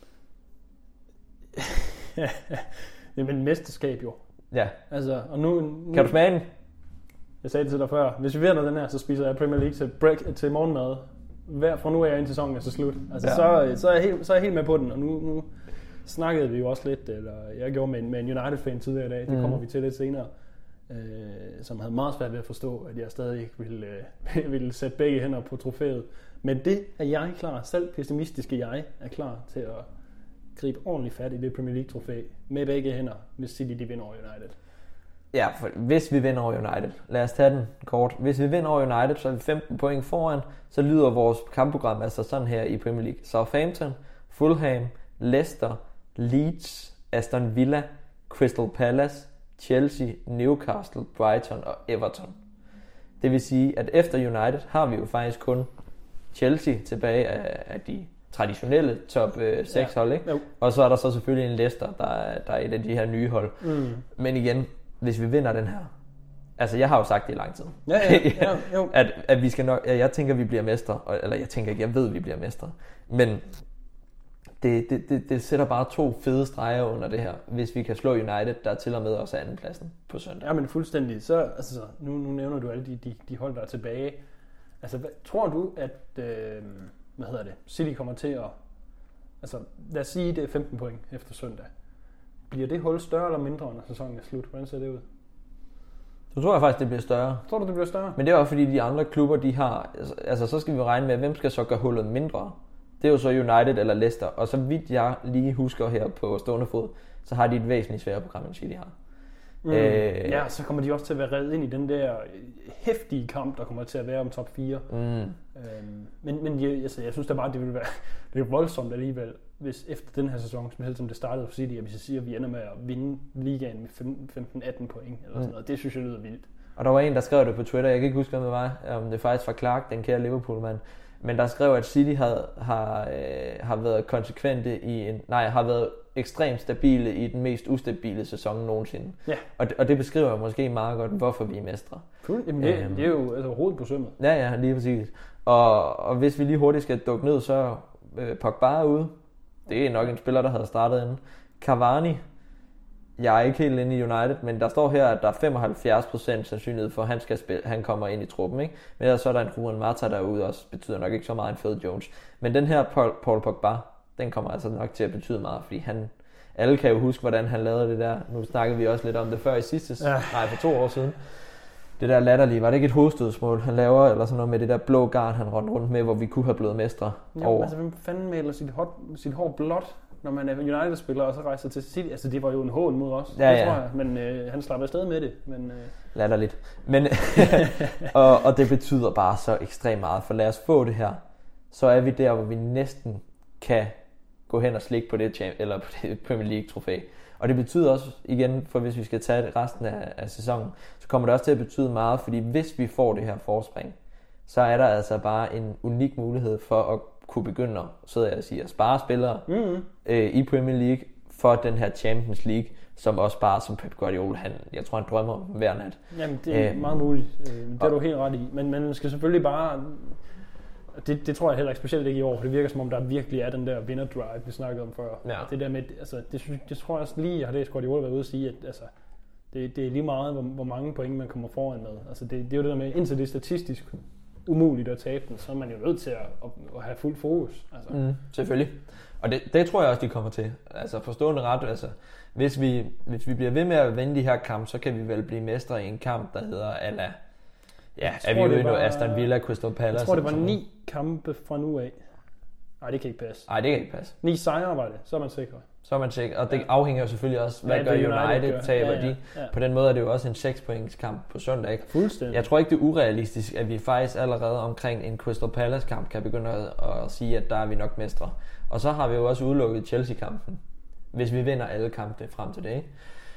Jamen mesterskab jo. Ja. Altså, og nu kan du smage den? Jeg sagde det til dig før. Hvis vi vinder den her, så spiser jeg Premier League til morgenmad. Fra nu af indtil sæsonen er så slut. Altså, så er jeg helt med på den. Og nu snakkede vi jo også lidt, eller jeg gjorde med en United-fan tidligere i dag. Det kommer vi til lidt senere. Som havde meget svært ved at forstå, at jeg stadig ikke ville sætte begge hænder på trofæet. Men det er jeg klar. Selv pessimistiske jeg er klar til at gribe ordentligt fat i det Premier League-trofæ med begge hænder, hvis City de vinder over United. Ja, for hvis vi vinder over United, lad os tage den kort. Hvis vi vinder over United, så er vi 15 point foran, så lyder vores kampprogram altså sådan her i Premier League. Southampton, Fulham, Leicester, Leeds, Aston Villa, Crystal Palace, Chelsea, Newcastle, Brighton og Everton. Det vil sige, at efter United har vi jo faktisk kun Chelsea tilbage af de traditionelle top 6 hold, ikke? Og så er der så selvfølgelig en Leicester, der er et af de her nye hold. Men igen, hvis vi vinder den her, altså jeg har jo sagt det i lang tid, at vi skal nok, jeg tænker vi bliver mestre, eller jeg tænker ikke, jeg ved vi bliver mestre, men det sætter bare 2 fede streger under det her, hvis vi kan slå United, der til og med også andenpladsen på søndag. Ja, men fuldstændig. Så altså, nu nævner du alle de hold, der er tilbage. Altså, tror du, at City kommer til at, altså lad os sige, det er 15 point efter søndag. Bliver det hul større eller mindre, når sæsonen er slut? Hvordan ser det ud? Så tror jeg faktisk, det bliver større. Tror du, det bliver større? Men det er også fordi, de andre klubber, de har, altså så skal vi regne med, hvem skal så gøre hullet mindre? Det er jo så United eller Leicester, og så vidt jeg lige husker her på stående fod, så har de et væsentligt sværere program, end City har. Ja, så kommer de også til at være reddet ind i den der heftige kamp, der kommer til at være om top 4. Men jeg synes da bare, det vil være det er voldsomt alligevel, hvis efter den her sæson, specielt som det startede for City, at vi så siger, at vi ender med at vinde ligaen med 15-18 point eller sådan noget. Det synes jeg lyder vildt. Og der var en, der skrev det på Twitter, jeg kan ikke huske, hvem det var, om det faktisk var Clark, den kære Liverpool-mand, men der skrev, at City har været konsekvente har været ekstremt stabile i den mest ustabile sæson nogensinde. Ja. Og det beskriver måske meget godt, hvorfor vi er mestre. Jamen, det er jo altså hovedet på sømmet. Ja, lige præcis. Og hvis vi lige hurtigt skal dukke ned, så Pogba er ude. Det er nok en spiller, der havde startet inden. Cavani, jeg er ikke helt inde i United, men der står her, at der er 75% sandsynlighed for, at han kommer ind i truppen, ikke? Men så er der en Juan Mata derude også, betyder nok ikke så meget en Phil Jones. Men den her Paul Pogba, den kommer altså nok til at betyde meget, fordi alle kan jo huske, hvordan han lavede det der. Nu snakkede vi også lidt om det før i for 2 år siden. det der latterlige, var det ikke et hovedstødsmål, han laver, eller sådan noget med det der blå garn, han rendte rundt med, hvor vi kunne have blevet mestre over? Altså, hvem fanden maler sit hår blåt, når man er United-spiller, og så rejser til City? Altså, det var jo en hån mod os, det tror jeg, men han slapper afsted med det. Men, latterligt. Men, og det betyder bare så ekstremt meget, for lad os få det her, så er vi der, hvor vi næsten kan gå hen og slikke på det Premier League-trofæ. Og det betyder også, igen, for hvis vi skal tage resten af sæsonen, så kommer det også til at betyde meget, fordi hvis vi får det her forspring, så er der altså bare en unik mulighed for at kunne begynde at spare spillere i Premier League for den her Champions League, som også bare som Pep Guardiola, jeg tror han drømmer om hver nat. Jamen det er meget muligt, det er du helt ret i, men man skal selvfølgelig bare, det tror jeg heller ikke, specielt ikke i år, for det virker som om der virkelig er den der vinder-drive, vi snakkede om før. Ja. Det der med, altså det tror jeg også lige, jeg har læst Guardiola været ude at sige, at altså, det er lige meget, hvor mange point man kommer foran med. Altså det er jo det der med, indtil det er statistisk umuligt at tabe den, så er man jo nødt til at have fuld fokus. Altså. Selvfølgelig. Og det tror jeg også, de kommer til. Altså forstående ret, altså hvis vi bliver ved med at vinde de her kampe, så kan vi vel blive mestre i en kamp, der hedder Alla. Ja, er vi jo endnu Aston Villa, Crystal Palace. Jeg tror, det var 9 kampe fra nu af. Nej, det kan ikke passe. 9 sejre var det, så er man sikker. Og det afhænger jo selvfølgelig også, hvad gør United, taber de. På den måde er det jo også en 6-points kamp på søndag, ikke? Fuldstændig. Jeg tror ikke, det er urealistisk, at vi faktisk allerede omkring en Crystal Palace kamp kan begynde at sige, at der er vi nok mestre. Og så har vi jo også udelukket Chelsea-kampen, hvis vi vinder alle kampene frem til det, ikke?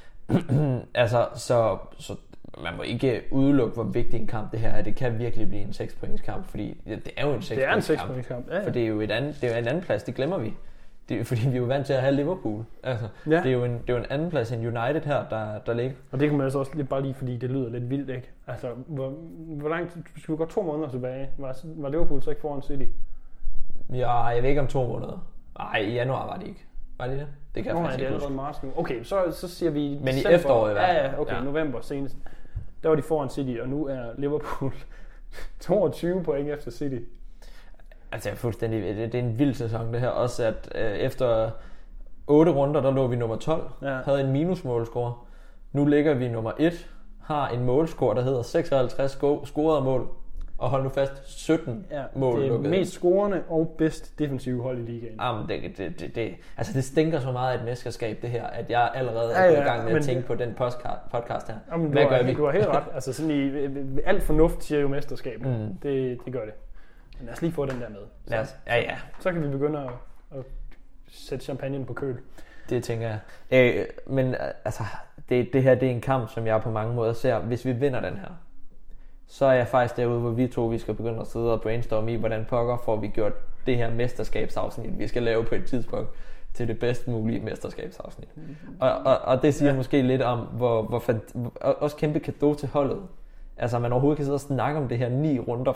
Altså, så man må ikke udelukke, hvor vigtig en kamp det her er. Det kan virkelig blive en 6-points kamp, fordi det er jo en 6-points kamp. Ja. For det er jo en anden plads, det glemmer vi. Det er, fordi vi er jo vant til at have Liverpool. Altså, det er jo en anden plads end United her, der ligger. Og det kan man altså også bare lige, fordi det lyder lidt vildt, ikke? Altså, hvor langt, skal vi gå 2 måneder tilbage? Var Liverpool så ikke foran City? Ja, jeg ved ikke om 2 måneder. Nej, i januar var de ikke. Var de det? Det kan jeg faktisk ikke huske. Det er marts nu. Okay, så siger vi men december, i efteråret i hvert fald. Ja, okay, november senest. Der var de foran City, og nu er Liverpool 22 point efter City. Altså fuldstændig, det er en vild sæson det her. Også at efter 8 runder, der lå vi nummer 12, havde en minusmålscore. Nu ligger vi nummer 1, har en målscore, der hedder 56 scorede mål. Og hold nu fast, 17 mål lukket. Det er mest scorende og bedst defensive hold i ligaen. Jamen, det stinker så meget af et mesterskab det her, at jeg allerede er gået i gang med at tænke på den podcast her. Jamen, hvad gør vi? Du har helt ret. Altså sådan i alt fornuft siger jo mesterskab. Det gør det. Men lad os lige få den der med. Så kan vi begynde at sætte champagne på køl. Det tænker jeg. Men altså, det her det er en kamp, som jeg på mange måder ser. Hvis vi vinder den her, så er jeg faktisk derude, hvor vi skal begynde at sidde og brainstorme i, hvordan pokker får vi gjort det her mesterskabsafsnit, vi skal lave på et tidspunkt, til det bedst mulige mesterskabsafsnit. Og det siger måske lidt om, hvor også kæmpe cadeau til holdet. Altså, man overhovedet kan sidde og snakke om det her 11 runder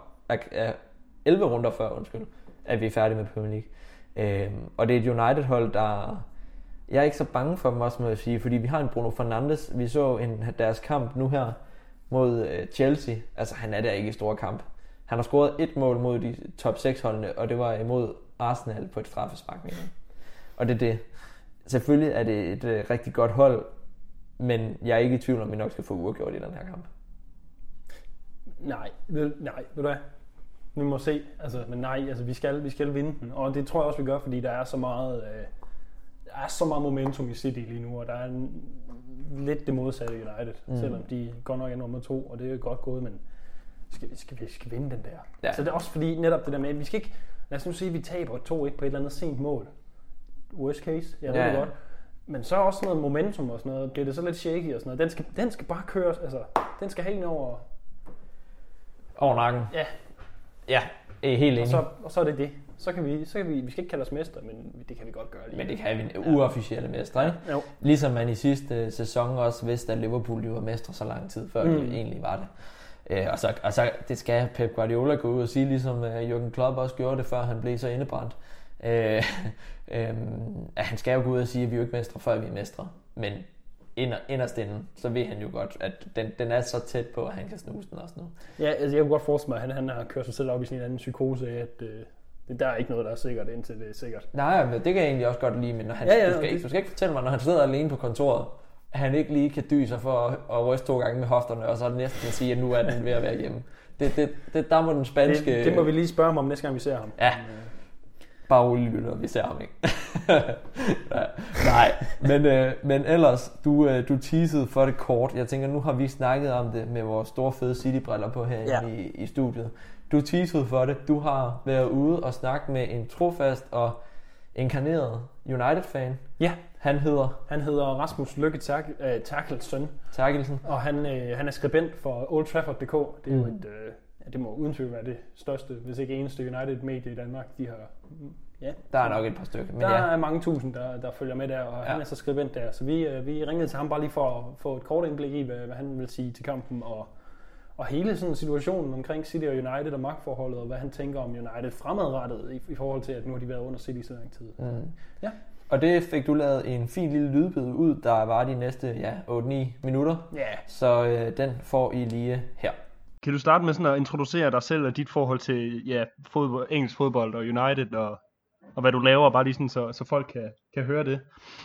før, at vi er færdige med Premier League. Og det er et United-hold, der... Jeg er ikke så bange for dem også, må jeg sige, fordi vi har en Bruno Fernandes. Vi så deres kamp nu her mod Chelsea. Altså, han er der ikke i store kamp. Han har scoret 1 mål mod de top 6 holdene, og det var imod Arsenal på et straffespark. Og det er det. Selvfølgelig er det et rigtig godt hold, men jeg er ikke i tvivl om, vi nok skal få uafgjort i den her kamp. Nej, ved du hvad? Vi må se. Altså, men nej, altså, vi skal vinde den. Og det tror jeg også, vi gør, fordi der er så meget momentum i City lige nu, og der er lidt det modsatte i United, selvom de går nok er nummer 2, og det er jo godt gået, men vi skal vinde den der. Ja. Så det er også fordi netop det der med, at vi skal ikke, lad os nu sige, at vi taber 2-1 på et eller andet sent mål. Worst case, jeg ved det godt. Men så også noget momentum og sådan noget, bliver det så lidt shaky og sådan noget. Den skal bare køres, altså, den skal helt over nakken. Ja, helt enig. Og så er det. Så kan vi skal ikke kalde os mestre, men det kan vi godt gøre lige. Men det kan vi uofficielle mestre, ikke? Jo. Ligesom man i sidste sæson også vidste, at Liverpool var mestre så lang tid før det egentlig var det. Og så det skal Pep Guardiola gå ud og sige, ligesom Jürgen Klopp også gjorde det, før han blev så indebrændt. At han skal jo gå ud og sige, at vi er jo ikke mestre, før vi er mestre. Men inderst inden, så ved han jo godt, at den er så tæt på, at han kan snuse den også nu. Ja, altså jeg kunne godt forestille mig, at han har kørt sig selv op i sin anden psykose af, at der er ikke noget, der er sikkert, indtil det er sikkert. Nej, men det kan jeg egentlig også godt lide, men når han, du skal ikke fortælle mig, når han sidder alene på kontoret, han ikke lige kan dyse sig for at ryste 2 gange med hofterne, og så næsten kan sige, at nu er den ved at være hjemme. Der må den spanske... Det må vi lige spørge ham om næste gang, vi ser ham. Ja. Bare rolig lytter, vi ser ham ikke. Nej, men ellers, du teasede for det kort. Jeg tænker, nu har vi snakket om det med vores store fede City-briller på herinde i studiet. Du teasede for det. Du har været ude og snakke med en trofast og inkarneret United-fan. Ja. Han hedder Rasmus Lykke Terkelsen. Terkelsen. Og han er skribent for Old Trafford.dk. Det er jo det må uden tvivl være det største, hvis ikke eneste United-medie i Danmark. De har, der er nok et par stykker. Men der er mange tusind, der følger med der, og han er så skribent der. Så vi ringede til ham bare lige for at få et kort indblik i, hvad han vil sige til kampen, og hele sådan situationen omkring City og United og magtforholdet, og hvad han tænker om United fremadrettet i forhold til, at nu har de været under City så lang tid. Ja. Og det fik du lavet en fin lille lydbid ud, der var de næste 8-9 minutter. Ja. Så den får I lige her. Kan du starte med sådan at introducere dig selv og dit forhold til engelsk fodbold og United og hvad du laver, bare lige sådan, så folk kan høre det?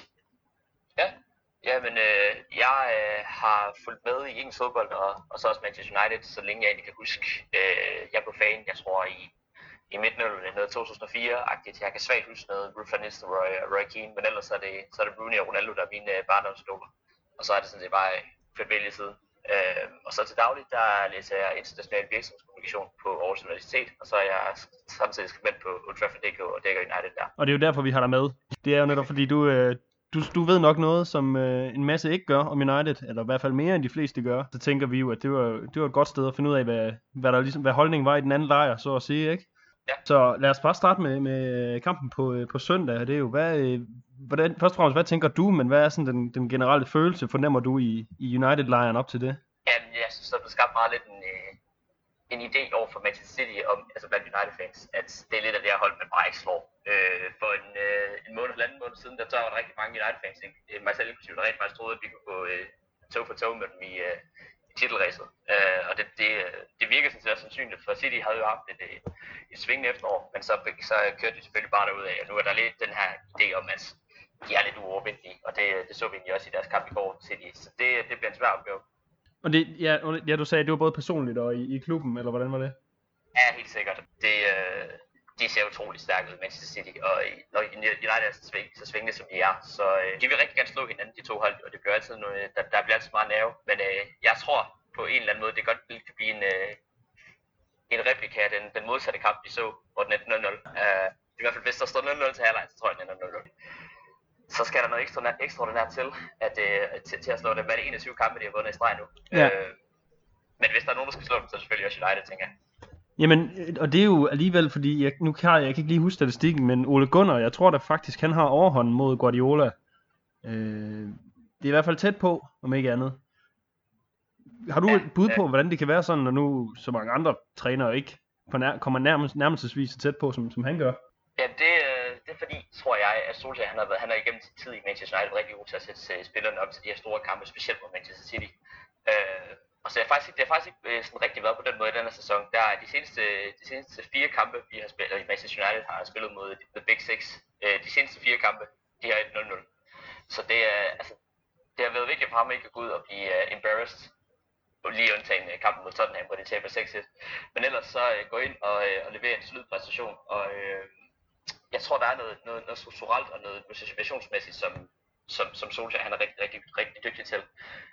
Jamen, jeg har fulgt med i engelsk fodbold og så også Manchester United, så længe jeg egentlig kan huske. Jeg blev fan, jeg tror i midten-nullerne, noget 2004-agtigt. Jeg kan svagt huske noget Ruud van Nistelrooy og Roy Keane, men ellers så er det Rooney og Ronaldo, der er mine barndomsklubber. Og så er det sådan set bare fedt vælge side. Og så til dagligt, der læser jeg international virksomhedskommunikation på Aarhus Universitet, og så er jeg samtidig skribent på Old Trafford.dk og dækker United der. Og det er jo derfor, vi har dig med. Det er jo netop fordi, du ved nok noget, som en masse ikke gør om United, eller i hvert fald mere end de fleste gør. Så tænker vi jo, at det var et godt sted at finde ud af, hvad holdningen var i den anden lejr, så at sige, ikke? Ja. Så lad os bare starte med kampen på søndag. Det er jo, først og fremmest, hvad tænker du, men hvad er sådan den generelle følelse, fornemmer du i United-lejren op til det? Jamen, jeg synes, der blev skabt meget lidt en idé over for Manchester City, altså blandt United-fans, at det er lidt af det her hold, man bare ikke slår. For en måned, halvanden måned siden, der var der rigtig mange United-fans, mig selv inklusive, der rent faktisk troede, at vi kunne gå tog for tog med dem i titelræset. Og det virker sådan set også sandsynligt, for City havde jo haft et svingende efterår, men så kørte de selvfølgelig bare derud af, og nu er der lidt den her idé om, at de er lidt uovervindelige, og det så vi egentlig også i deres kamp i går, City. Så det bliver en svær opgave. Og du sagde, at det var både personligt og i klubben, eller hvordan var det? Ja, helt sikkert. De ser utroligt stærke ud, Manchester City, og når United er så svingende som de er, så de vil rigtig gerne slå hinanden, de to hold, og det bliver altid der bliver altid meget nerve, men jeg tror på en eller anden måde, det godt kan blive en replika af den modsatte kamp, vi så, hvor den er 0-0. I hvert fald, hvis der står 0-0 til halvleg, så tror jeg, den er 0-0. Så skal der noget ekstraordinært til at slå dem. Hvad er det 21 kampe, de har vundet i streg nu? Ja. Men hvis der er nogen, der skal slå dem, så er det selvfølgelig også United, tænker jeg. Jamen, og det er jo alligevel, fordi jeg kan ikke lige huske statistikken, men Ole Gunnar, jeg tror da faktisk, han har overhånden mod Guardiola. Det er i hvert fald tæt på, om ikke andet. Har du et bud på, hvordan det kan være sådan, når nu så mange andre trænere ikke kommer nærmelsesvis så tæt på, som han gør? Ja, det er fordi, tror jeg, at Solskjaer, han har igennem sin tid i Manchester United rigtig god til at sætte spillerne op til de her store kampe, specielt mod Manchester City. Og så det har faktisk ikke sådan rigtig været på den måde i denne sæson. Der er de seneste 4 kampe, vi har spillet, i Manchester United har spillet mod The Big Six. De seneste 4 kampe, de har 1-0-0. Så det har været vigtigt for ham ikke at gå ud og blive embarrassed. Lige undtagen kampen mod Tottenham, hvor de taber 6-1. Men ellers så gå ind og levere en solid præstation. Og jeg tror, der er noget strukturelt og noget situationsmæssigt, som Solskjaer han er rigtig dygtig til.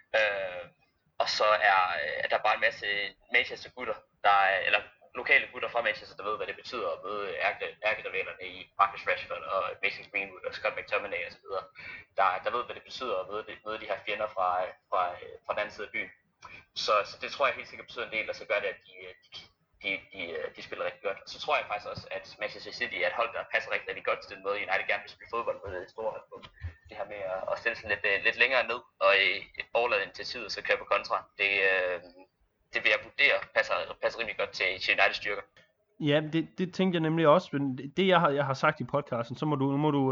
Og så er der bare en masse Manchester-gutter, eller lokale gutter fra Manchester, der ved, hvad det betyder at møde ærkerivalerne i Marcus Rashford og Mason Greenwood og Scott McTominay osv. Der ved, hvad det betyder at møde de her fjender fra den anden side af byen. Så det tror jeg helt sikkert betyder en del, og så gør det, at de spiller rigtig godt. Og så tror jeg faktisk også, at Manchester City er et hold, der passer rigtig godt til den måde, United gerne vil spille fodbold med det store hold på. Det her med at stille sig lidt længere ned og overlade initiativet og så køre på kontra. Det vil jeg vurdere passer rimelig godt til Uniteds styrker. Ja, det tænkte jeg nemlig også, men det jeg har sagt i podcasten, så må du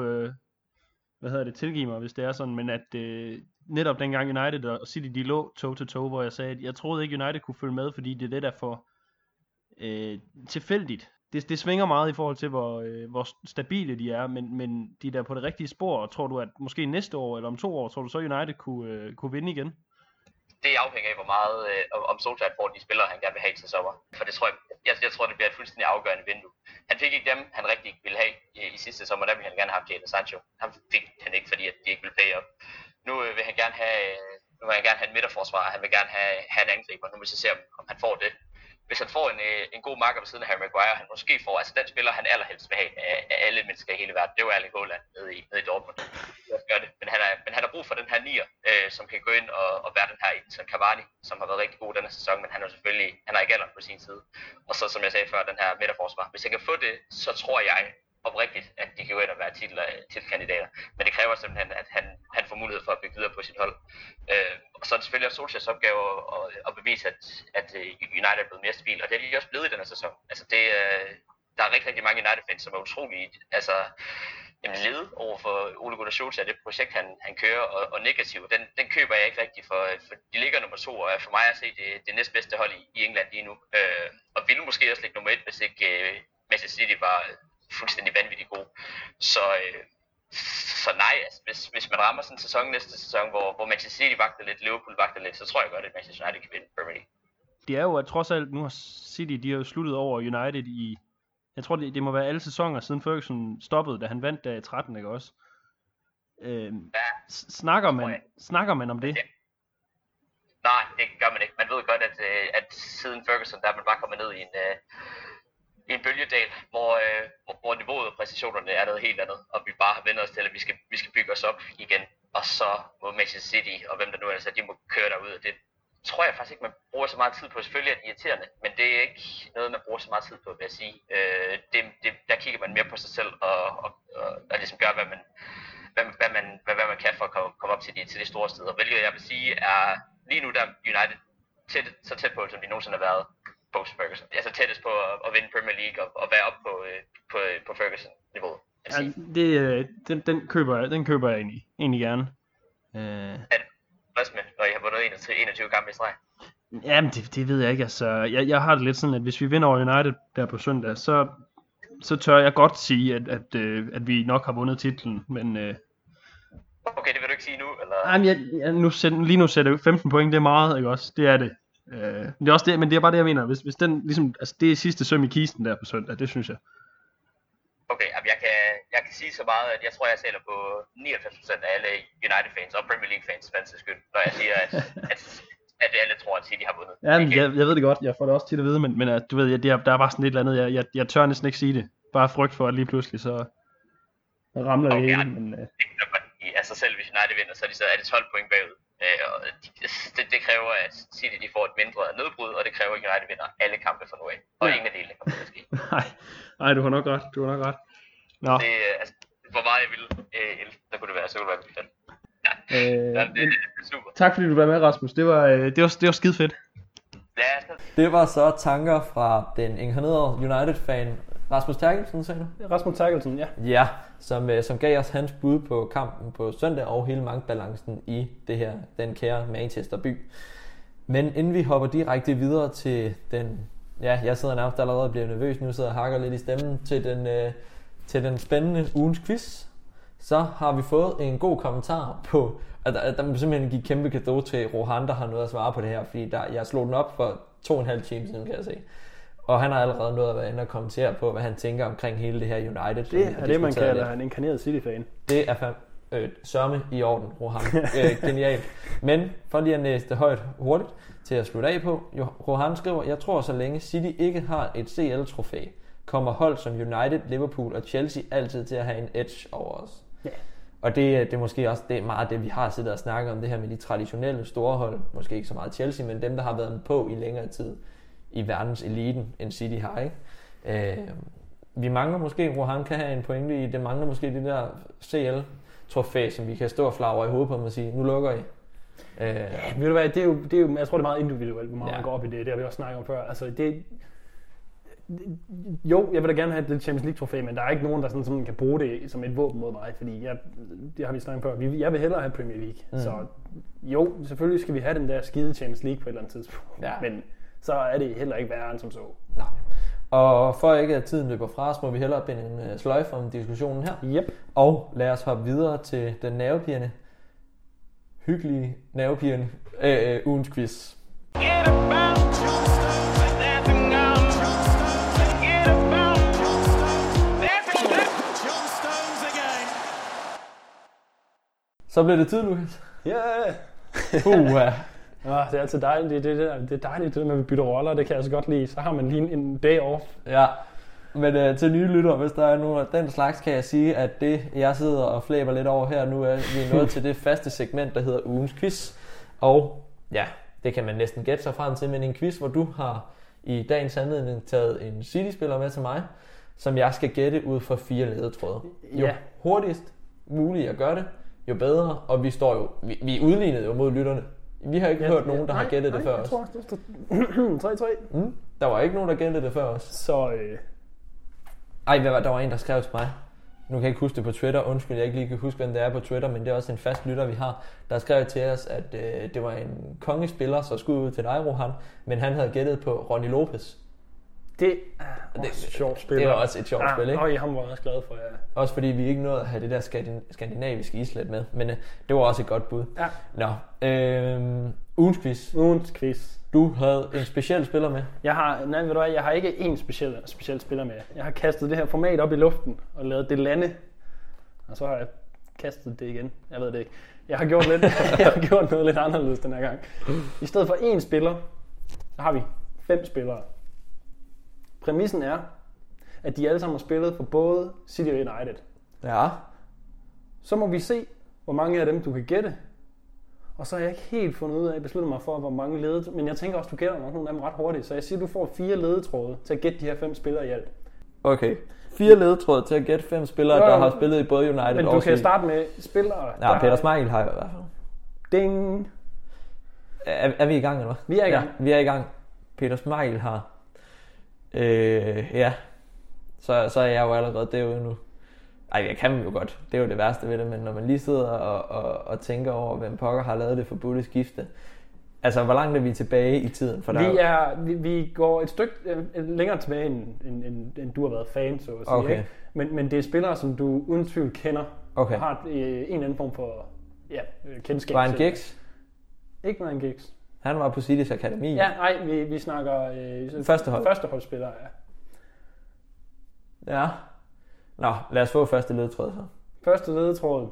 tilgive mig, hvis det er sådan, men at netop dengang United og City, de lå toe to toe, hvor jeg sagde, at jeg troede ikke United kunne følge med, fordi det er det, der for tilfældigt. det svinger meget i forhold til, hvor stabile de er, men de er der på det rigtige spor, og tror du, at måske næste år eller om 2 år, tror du så United kunne vinde igen? Det afhænger af, hvor meget om Solskjaer får de spillere, han gerne vil have til sommer. For det tror jeg tror, det bliver et fuldstændig afgørende vindue. Han fik ikke dem, han rigtig ville have i sidste sommer. Der ville han gerne have Jadon Sancho. Han fik han ikke, fordi at de ikke ville pay op. Nu vil han gerne have et midterforsvar, han vil gerne have en angriber. Nu vil vi se, om han får det. Hvis han får en god marker ved siden af Harry Maguire, han måske får, altså den spiller, han allerhelst vil have af alle mennesker i hele verden, det er jo Erling Haaland nede i Dortmund. Gør det. Men han har brug for den her nier, som kan gå ind og være den her Edinson Cavani, som har været rigtig god denne sæson, men han har ikke alderen på sin side. Og så, som jeg sagde før, den her midterforsvar. Hvis han kan få det, så tror jeg oprigtigt, at de kan gå ind og være titelkandidater. Men det kræver simpelthen, at han får mulighed for at bygge videre på sit hold. Og så er det selvfølgelig også Solskjaers opgave at bevise, at United er blevet mere stabil, og det er de også blevet i denne sæson. Altså der er rigtig mange United-fans, som er utrolig lede over for Ole Gunnar Solskjaer, det projekt, han kører, og negativ. Den køber jeg ikke rigtig, for de ligger nummer 2, og for mig at se det næstbedste hold i England lige nu. Og ville måske også ligge nummer 1, hvis ikke Manchester City var fuldstændig vanvittigt god. Så nej, altså, hvis man rammer sådan en sæson næste sæson, hvor Manchester City vagter lidt, Liverpool vagter lidt, så tror jeg godt, at Manchester United kan vinde Premier League. Det er jo, at trods alt, nu har City, de har jo sluttet over United i, jeg tror det må være alle sæsoner, siden Ferguson stoppede, da han vandt der i 13, ikke også? Snakker man om det? Ja. Nej, det gør man ikke. Man ved godt, at siden Ferguson, der er man bare kommet ned i en bølgedal, hvor niveauet og præcisionerne er noget helt andet, og vi bare har vendt os til, at vi skal bygge os op igen, og så må Manchester City, og hvem der nu er, så de må køre derud, og det tror jeg faktisk ikke, man bruger så meget tid på. Selvfølgelig er det irriterende, men det er ikke noget, man bruger så meget tid på, vil jeg sige. Der kigger man mere på sig selv, og ligesom gør, hvad man kan for at komme op til de store steder. Hvilket jeg vil sige er, lige nu der er United så tæt på, som de nogensinde har været post-Ferguson. Altså tættest på at vinde Premier League og være op på Ferguson-niveauet. Ja, den køber jeg egentlig gerne. Hvad med, når I har vundet 21 kampe i streg? Jamen, det ved jeg ikke. Altså, jeg har det lidt sådan, at hvis vi vinder over United der på søndag, så tør jeg godt sige, at vi nok har vundet titlen, men... Okay, det vil du ikke sige nu, eller? Jamen, lige nu sætter jeg 15 point, det er meget, ikke også? Det er det. Det er også det, men det er bare det, jeg mener. Hvis den, ligesom, altså det er sidste søm i kisten der på søndag, det synes jeg. Okay, jeg kan sige så meget, at jeg tror, jeg sælger på 99% af alle United-fans og Premier League-fans skyld, når jeg siger, at alle tror, at City har vundet. Jamen, jeg ved det godt. Jeg får det også tit at vide, men du ved, der er bare sådan et eller andet. Jeg tør næsten ikke sige det. Bare frygt for, at lige pludselig så ramler det hele. Men, altså selv hvis United vinder, så er det 12 point bagud. Og det kræver, at City de får et mindre nedbrud, og det kræver, at United vinder alle kampe fra nu af. Og ingen af delene kommer til at ske. Nej, du har nok ret. Nå. Det, altså, hvor meget jeg ville, så kunne det være vildt fedt. Ja, det er super. Tak fordi du var med, Rasmus. Det var skide fedt. Ja, det var så tanker fra den inkarnerede United-fan Rasmus Terkelsen, sagde du? Rasmus Terkelsen, ja. Ja, som gav os hans bud på kampen på søndag og hele magtbalancen i den kære Manchester by. Men inden vi hopper direkte videre til den, ja, jeg sidder nærmest allerede og bliver nervøs, nu sidder jeg og hakker lidt i stemmen, til den spændende ugens quiz, så har vi fået en god kommentar på, at der må simpelthen give kæmpe cadeau til Rohan, der har noget at svare på det her, fordi jeg slog den op for 2,5 timer siden, kan jeg se. Og han har allerede noget at være inde og kommentere på, hvad han tænker omkring hele det her United. Det er det, man kalder en inkarneret City-fan. Det er sørme i orden, Rohan. Genialt. Men for lige at næse det højt hurtigt til at slutte af på. Rohan skriver, jeg tror så længe City ikke har et CL-trofæ, kommer hold som United, Liverpool og Chelsea altid til at have en edge over os. Ja. Og det er måske også det er meget det, vi har siddet og snakket om, det her med de traditionelle store hold. Måske ikke så meget Chelsea, men dem, der har været på i længere tid i verdens eliten, end City har, ikke? Vi mangler måske, Rohan kan have en pointe i, det mangler måske det der CL-trofæ, som vi kan stå og flagre i hovedet på og sige, nu lukker I. Ved du hvad, det er jo, jeg tror det er meget individuelt, hvor meget man går op i det har vi også snakket om før. Altså jo, jeg vil da gerne have det Champions League trofæ, men der er ikke nogen, der sådan kan bruge det som et våben mod mig, fordi det har vi snakket om før. Jeg vil hellere have Premier League, så jo, selvfølgelig skal vi have den der skide Champions League på et eller andet tidspunkt, men så er det heller ikke værre end som så. Nej. Og for ikke at tiden løber fra os, må vi hellere binde en sløjfe om diskussionen her. Yep. Og lad os hoppe videre til den nervepirrende, hyggelige nervepirrende ugens quiz. Så blev det tid, Lukas. Ja! Yeah. Det er altid dejligt. Det er dejligt, det der med at vi bytter roller. Det kan jeg så godt lide. Så har man lige en day off. Ja, men til nye lyttere, hvis der er nogen af den slags, kan jeg sige, at det, jeg sidder og flæber lidt over her nu, er vi nået til det faste segment, der hedder ugens quiz. Og ja, det kan man næsten gætte sig frem til, men en quiz, hvor du har i dagens anledning taget en City-spiller med til mig, som jeg skal gætte ud fra 4 ledetråde. Jo hurtigst muligt at gøre det, jo bedre, og vi står jo, vi udlignede jo mod lytterne. Vi har ikke hørt nogen, der har gættet det før os. Jeg tror, det står 3-3. Der var ikke nogen, der gættede det før os. Så der var en, der skrev til mig. Nu kan jeg ikke huske det på Twitter. Undskyld, jeg ikke lige kan huske, hvem det er på Twitter, men det er også en fast lytter, vi har, der skrev til os, at det var en kongespiller, så skulle ud til dig, Rohan, men han havde gættet på Ronny Lopez. Det er et sjovt spil. Det var også et sjovt spil, ikke? Ham var jeg også glad for, ja. Også fordi vi ikke nåede at have det der skandinaviske islet med, men det var også et godt bud. Ja. Nå, ugens quiz. Ugens quiz. Du havde en speciel spiller med. Jeg har ikke én speciel spiller med. Jeg har kastet det her format op i luften og lavet det lande. Og så har jeg kastet det igen. Jeg ved det ikke. Jeg har gjort noget lidt anderledes den her gang. I stedet for én spiller, så har vi 5 spillere. Præmissen er, at de alle sammen har spillet for både City og United. Ja. Så må vi se, hvor mange af dem du kan gætte. Og så har jeg ikke helt fundet ud af, besluttet mig for, hvor mange ledetråde. Men jeg tænker også, du gætter nok nogle af dem ret hurtigt. Så jeg siger, du får 4 ledetråde til at gætte de her 5 spillere i alt. Okay. 4 ledetråde til at gætte 5 spillere, der har spillet i både United og City. Men du kan starte med spillere. Ja, Peter Schmeichel har jeg i hvert fald. Ding. Er vi i gang, eller hvad? Vi er i gang. Ja, vi er i gang. Peter Schmeichel har. Ja. Så er jeg jo allerede derude nu. Ej, jeg kan jo godt. Det er jo det værste ved det, men når man lige sidder og tænker over, hvem pokker har lavet det forbudte skifte. Altså, hvor langt er vi tilbage i tiden? For vi går et stykke længere tilbage, end du har været fan, så at sige. Okay. Men det er spillere, som du uden tvivl kender. Okay. Og har en eller anden form for kendskab. Ryan Giggs? Ikke Ryan Giggs. Han var på Citys akademi. Ja, nej, vi snakker førsteholdsspillere, ja. Ja. Nå, lad os få første ledetråd så. Første ledetråd.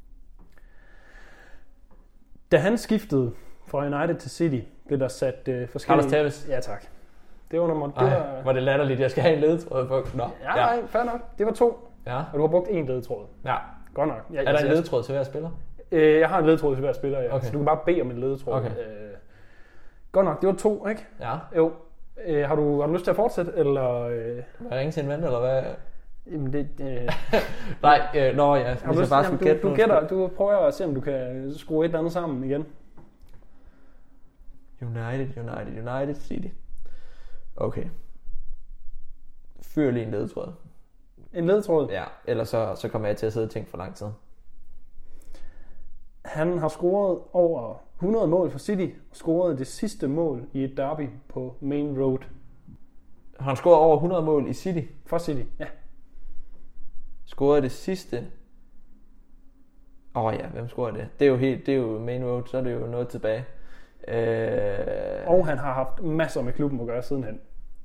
Da han skiftede fra United til City, blev der sat forskellige... Carlos Tevez. Ja, tak. Det var nummer... Var det latterligt, jeg skal have en ledetråd på? Nå. Ja, nej, fair nok. Det var 2. Ja. Og du har brugt 1 ledetråd. Ja. Godt nok. Er der en ledetråd til hver spiller? Jeg har en ledetråd til hver spiller, ja. Okay. Så du kan bare bede om en ledetråd. Okay. Godt nok, det var 2, ikke? Ja. Jo. Har du lyst til at fortsætte, eller... Må jeg ringe til en ven, eller hvad? Jamen det... Nej, ja. Hvis jeg bare du prøver at se, om du kan skrue et eller andet sammen igen. United City. Okay. Fyr lige en ledetråd. En ledetråd? Ja, ellers så kommer jeg til at sidde og tænke for lang tid. Han har scoret over 100 mål for City, og scoret det sidste mål i et derby på Main Road. Han scorede over 100 mål i City? For City, ja. Scorede det sidste? Ja, hvem scorede det? Det er jo Main Road, så er det jo noget tilbage. Og han har haft masser med klubben at gøre sidenhen.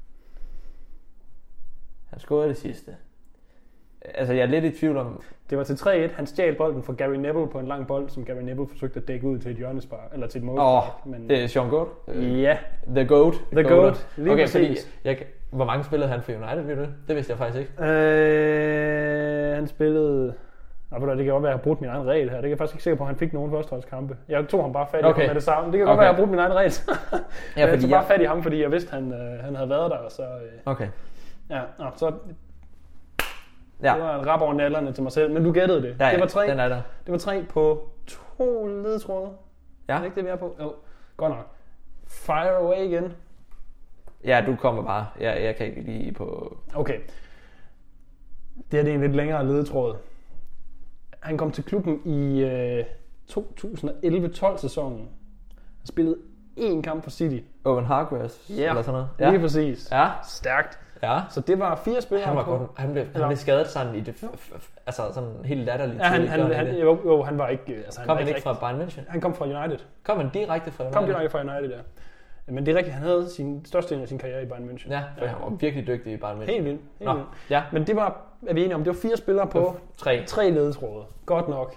Han scorede det sidste. Altså, jeg er lidt i tvivl om... Det var til 3-1. Han stjal bolden fra Gary Neville på en lang bold, som Gary Neville forsøgte at dække ud til et hjørnespark, eller til et målspark. Men... Det er Sean Goat? Ja. The Goat. The Goat. Lige okay, præcis. Hvor mange spillede han for United, ved du det? Det vidste jeg faktisk ikke. Han spillede... det kan godt være, at jeg har brugt min egen regel her. Det er jeg faktisk ikke sikker på, at han fik nogen førsteholdskampe. Jeg tog ham bare fat i ham med det samme. Det kan godt være, at jeg har brugt min egen regel. Jeg tog bare fat i ham, fordi jeg vidste, at han havde været der. Så, okay. Ja, så... Ja. Det var en rap over nallerne til mig selv, men du gættede det. Ja, det var 3. Den er der. Det var 3 på 2 ledetråde. Ja. Er det ikke det, vi er på? Jo, godt nok. Fire away igen. Ja, du kommer bare. Jeg kan ikke lige på... Okay. Det er en lidt længere ledetråd. Han kom til klubben i 2011-12 sæsonen. Han spillede 1 kamp for City. Owen Hargreaves eller sådan noget. Ja, lige præcis. Ja. Stærkt. Ja. Så det var 4 spillere Han var på. godt, han blev skadet sådan i det, altså sådan helt latterligt. Ja, han var ikke... Altså, kom han ikke fra Bayern München? Han kom fra United. Kom han direkte fra United? Kom direkte fra United, ja. Men det er rigtigt, han havde sin største del af sin karriere i Bayern München. Ja, for han var virkelig dygtig i Bayern München. Helt vildt. Ja. Men det var, er vi enige om, det var 4 spillere på 3 ledetråde. Godt nok.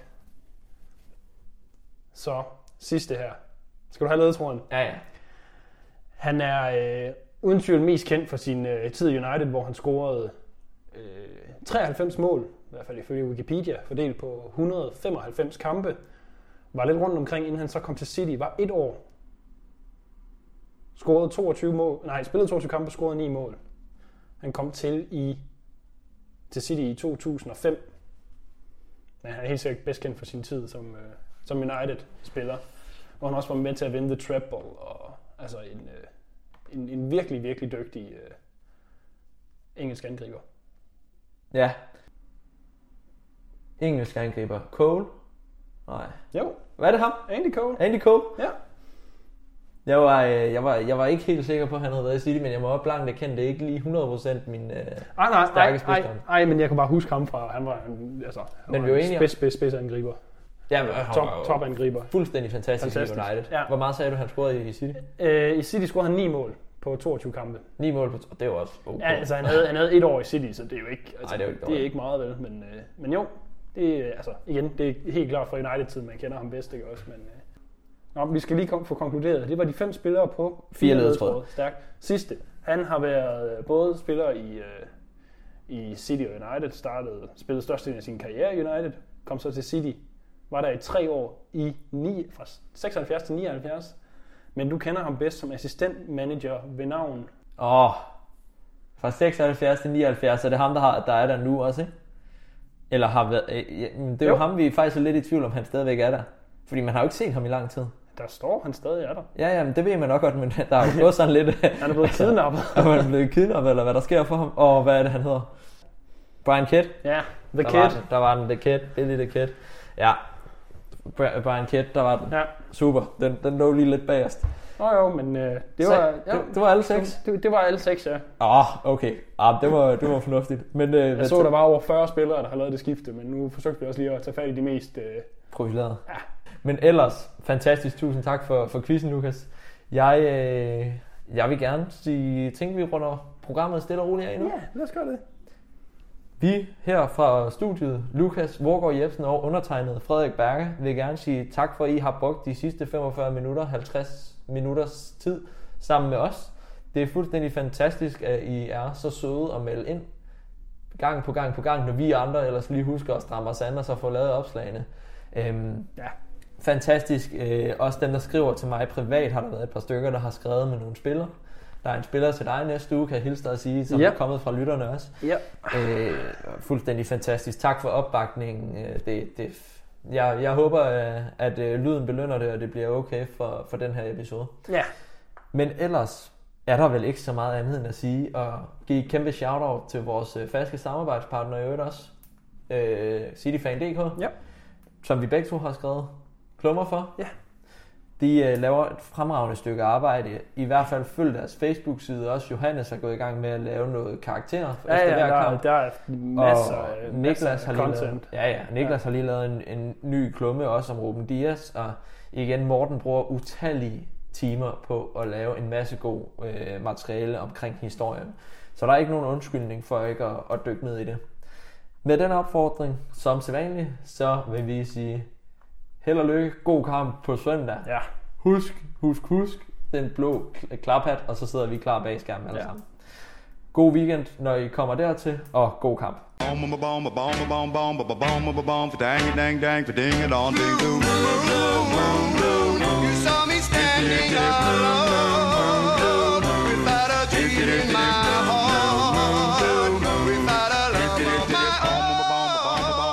Så, sidste her. Skal du have ledetråden? Ja. Han er uden tvivl mest kendt for sin tid i United, hvor han scorede 93 mål, i hvert fald ifølge Wikipedia, fordelt på 195 kampe. Var lidt rundt omkring, inden han så kom til City. Var 1 år. Spillede 22 kampe, scorede 9 mål. Han kom til City i 2005. Men han er helt sikkert bedst kendt for sin tid som United-spiller. Hvor han også var med til at vinde The Treble. Og altså en virkelig, virkelig dygtig engelsk angriber. Ja. Engelsk angriber. Cole? Nej. Jo. Hvad er det ham? Andy Cole. Ja. Jeg var ikke helt sikker på, at han havde været i City, men jeg må også blankt erkende, det er ikke lige 100% min stærke spidskamp. Nej, men jeg kan bare huske ham fra, han var en spidsangriber. Ja, Top-angriber. Fuldstændig fantastisk i United. Ja. Hvor meget sagde du, han scorede i City? I City scorede han 9 mål på 22 kampe. 9 mål på det var også okay. Ja, altså han havde 1 år i City, så det er jo ikke, altså, det er ikke meget vel, men jo, det er helt klart fra United-tiden, man kender ham bedst, ikke også, men vi skal lige få konkluderet. Det var de 5 spillere på 4 ledetråde. Stærkt. Sidste. Han har været både spiller i City og United, spillede størstedelen af sin karriere i United, kom så til City, var der i 3 år fra 76 til 79. Men du kender ham bedst som assistentmanager ved navn. Fra 76 til 79, er det ham, der er der nu også, ikke? Eller har været... det er jo ham, vi faktisk er lidt i tvivl om, han stadigvæk er der. Fordi man har jo ikke set ham i lang tid. Der står, han stadig er der. Ja, men det ved man nok godt, men der er jo gået sådan lidt... Han er blevet kidnappet. Han er blevet kidnappet, eller hvad der sker for ham. Og hvad er det, han hedder? Brian Kidd. Ja, The Kid. Der var den, The Kid. Billy The Kid. Ja, Brian Kidd, der var den. Ja. Super, den lå lige lidt bagerst. Jo, men det var alle 6? Det var alle 6, ja. Okay. Det var fornuftigt. Men, jeg så, der var over 40 spillere, der har lavet det skifte, men nu forsøgte vi også lige at tage fat i de mest... profilerede. Ja. Men ellers, fantastisk. Tusind tak for quizzen, Lukas. Jeg vil gerne tænke, vi runder programmet stille og roligt af nu. Ja, lad os gøre det. Vi her fra studiet, Lukas Vorgård Jebsen og undertegnet Frederik Berge, vil gerne sige tak for, at I har brugt de sidste 45 minutter, 50 minutters tid sammen med os. Det er fuldstændig fantastisk, at I er så søde at melde ind gang på gang, når vi andre ellers lige husker at stramme os an og så få lavet opslagene. Fantastisk. Også dem, der skriver til mig privat, har der været et par stykker, der har skrevet med nogle spillere. Der er en spiller til dig næste uge, kan jeg hilse dig at sige, som er kommet fra lytterne også. Fuldstændig fantastisk. Tak for opbakningen. Jeg håber, at lyden belønner det, og det bliver okay for den her episode. Ja. Men ellers er der vel ikke så meget andet end at sige, og give et kæmpe shout-out til vores faste samarbejdspartner i øvrigt også. Cityfan.dk, som vi begge to har skrevet klummer for. Ja. De laver et fremragende stykke arbejde. I hvert fald følg deres Facebook-side også. Johannes er gået i gang med at lave noget karakterer efter hver kamp. Der er masser af Niklas har content. Niklas har lige lavet en ny klumme også om Ruben Dias. Og igen, Morten bruger utallige timer på at lave en masse god materiale omkring historien. Så der er ikke nogen undskyldning for ikke at dykke ned i det. Med den opfordring, som sædvanligt, så vil vi sige held og lykke, god kamp på søndag. Ja. Husk den blå klaphat, og så sidder vi klar bag skærmen alle sammen. God weekend, når I kommer dertil, og god kamp.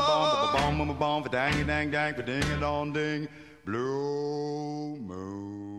Dang, dang, dang, ding, dong, ding, blue moon.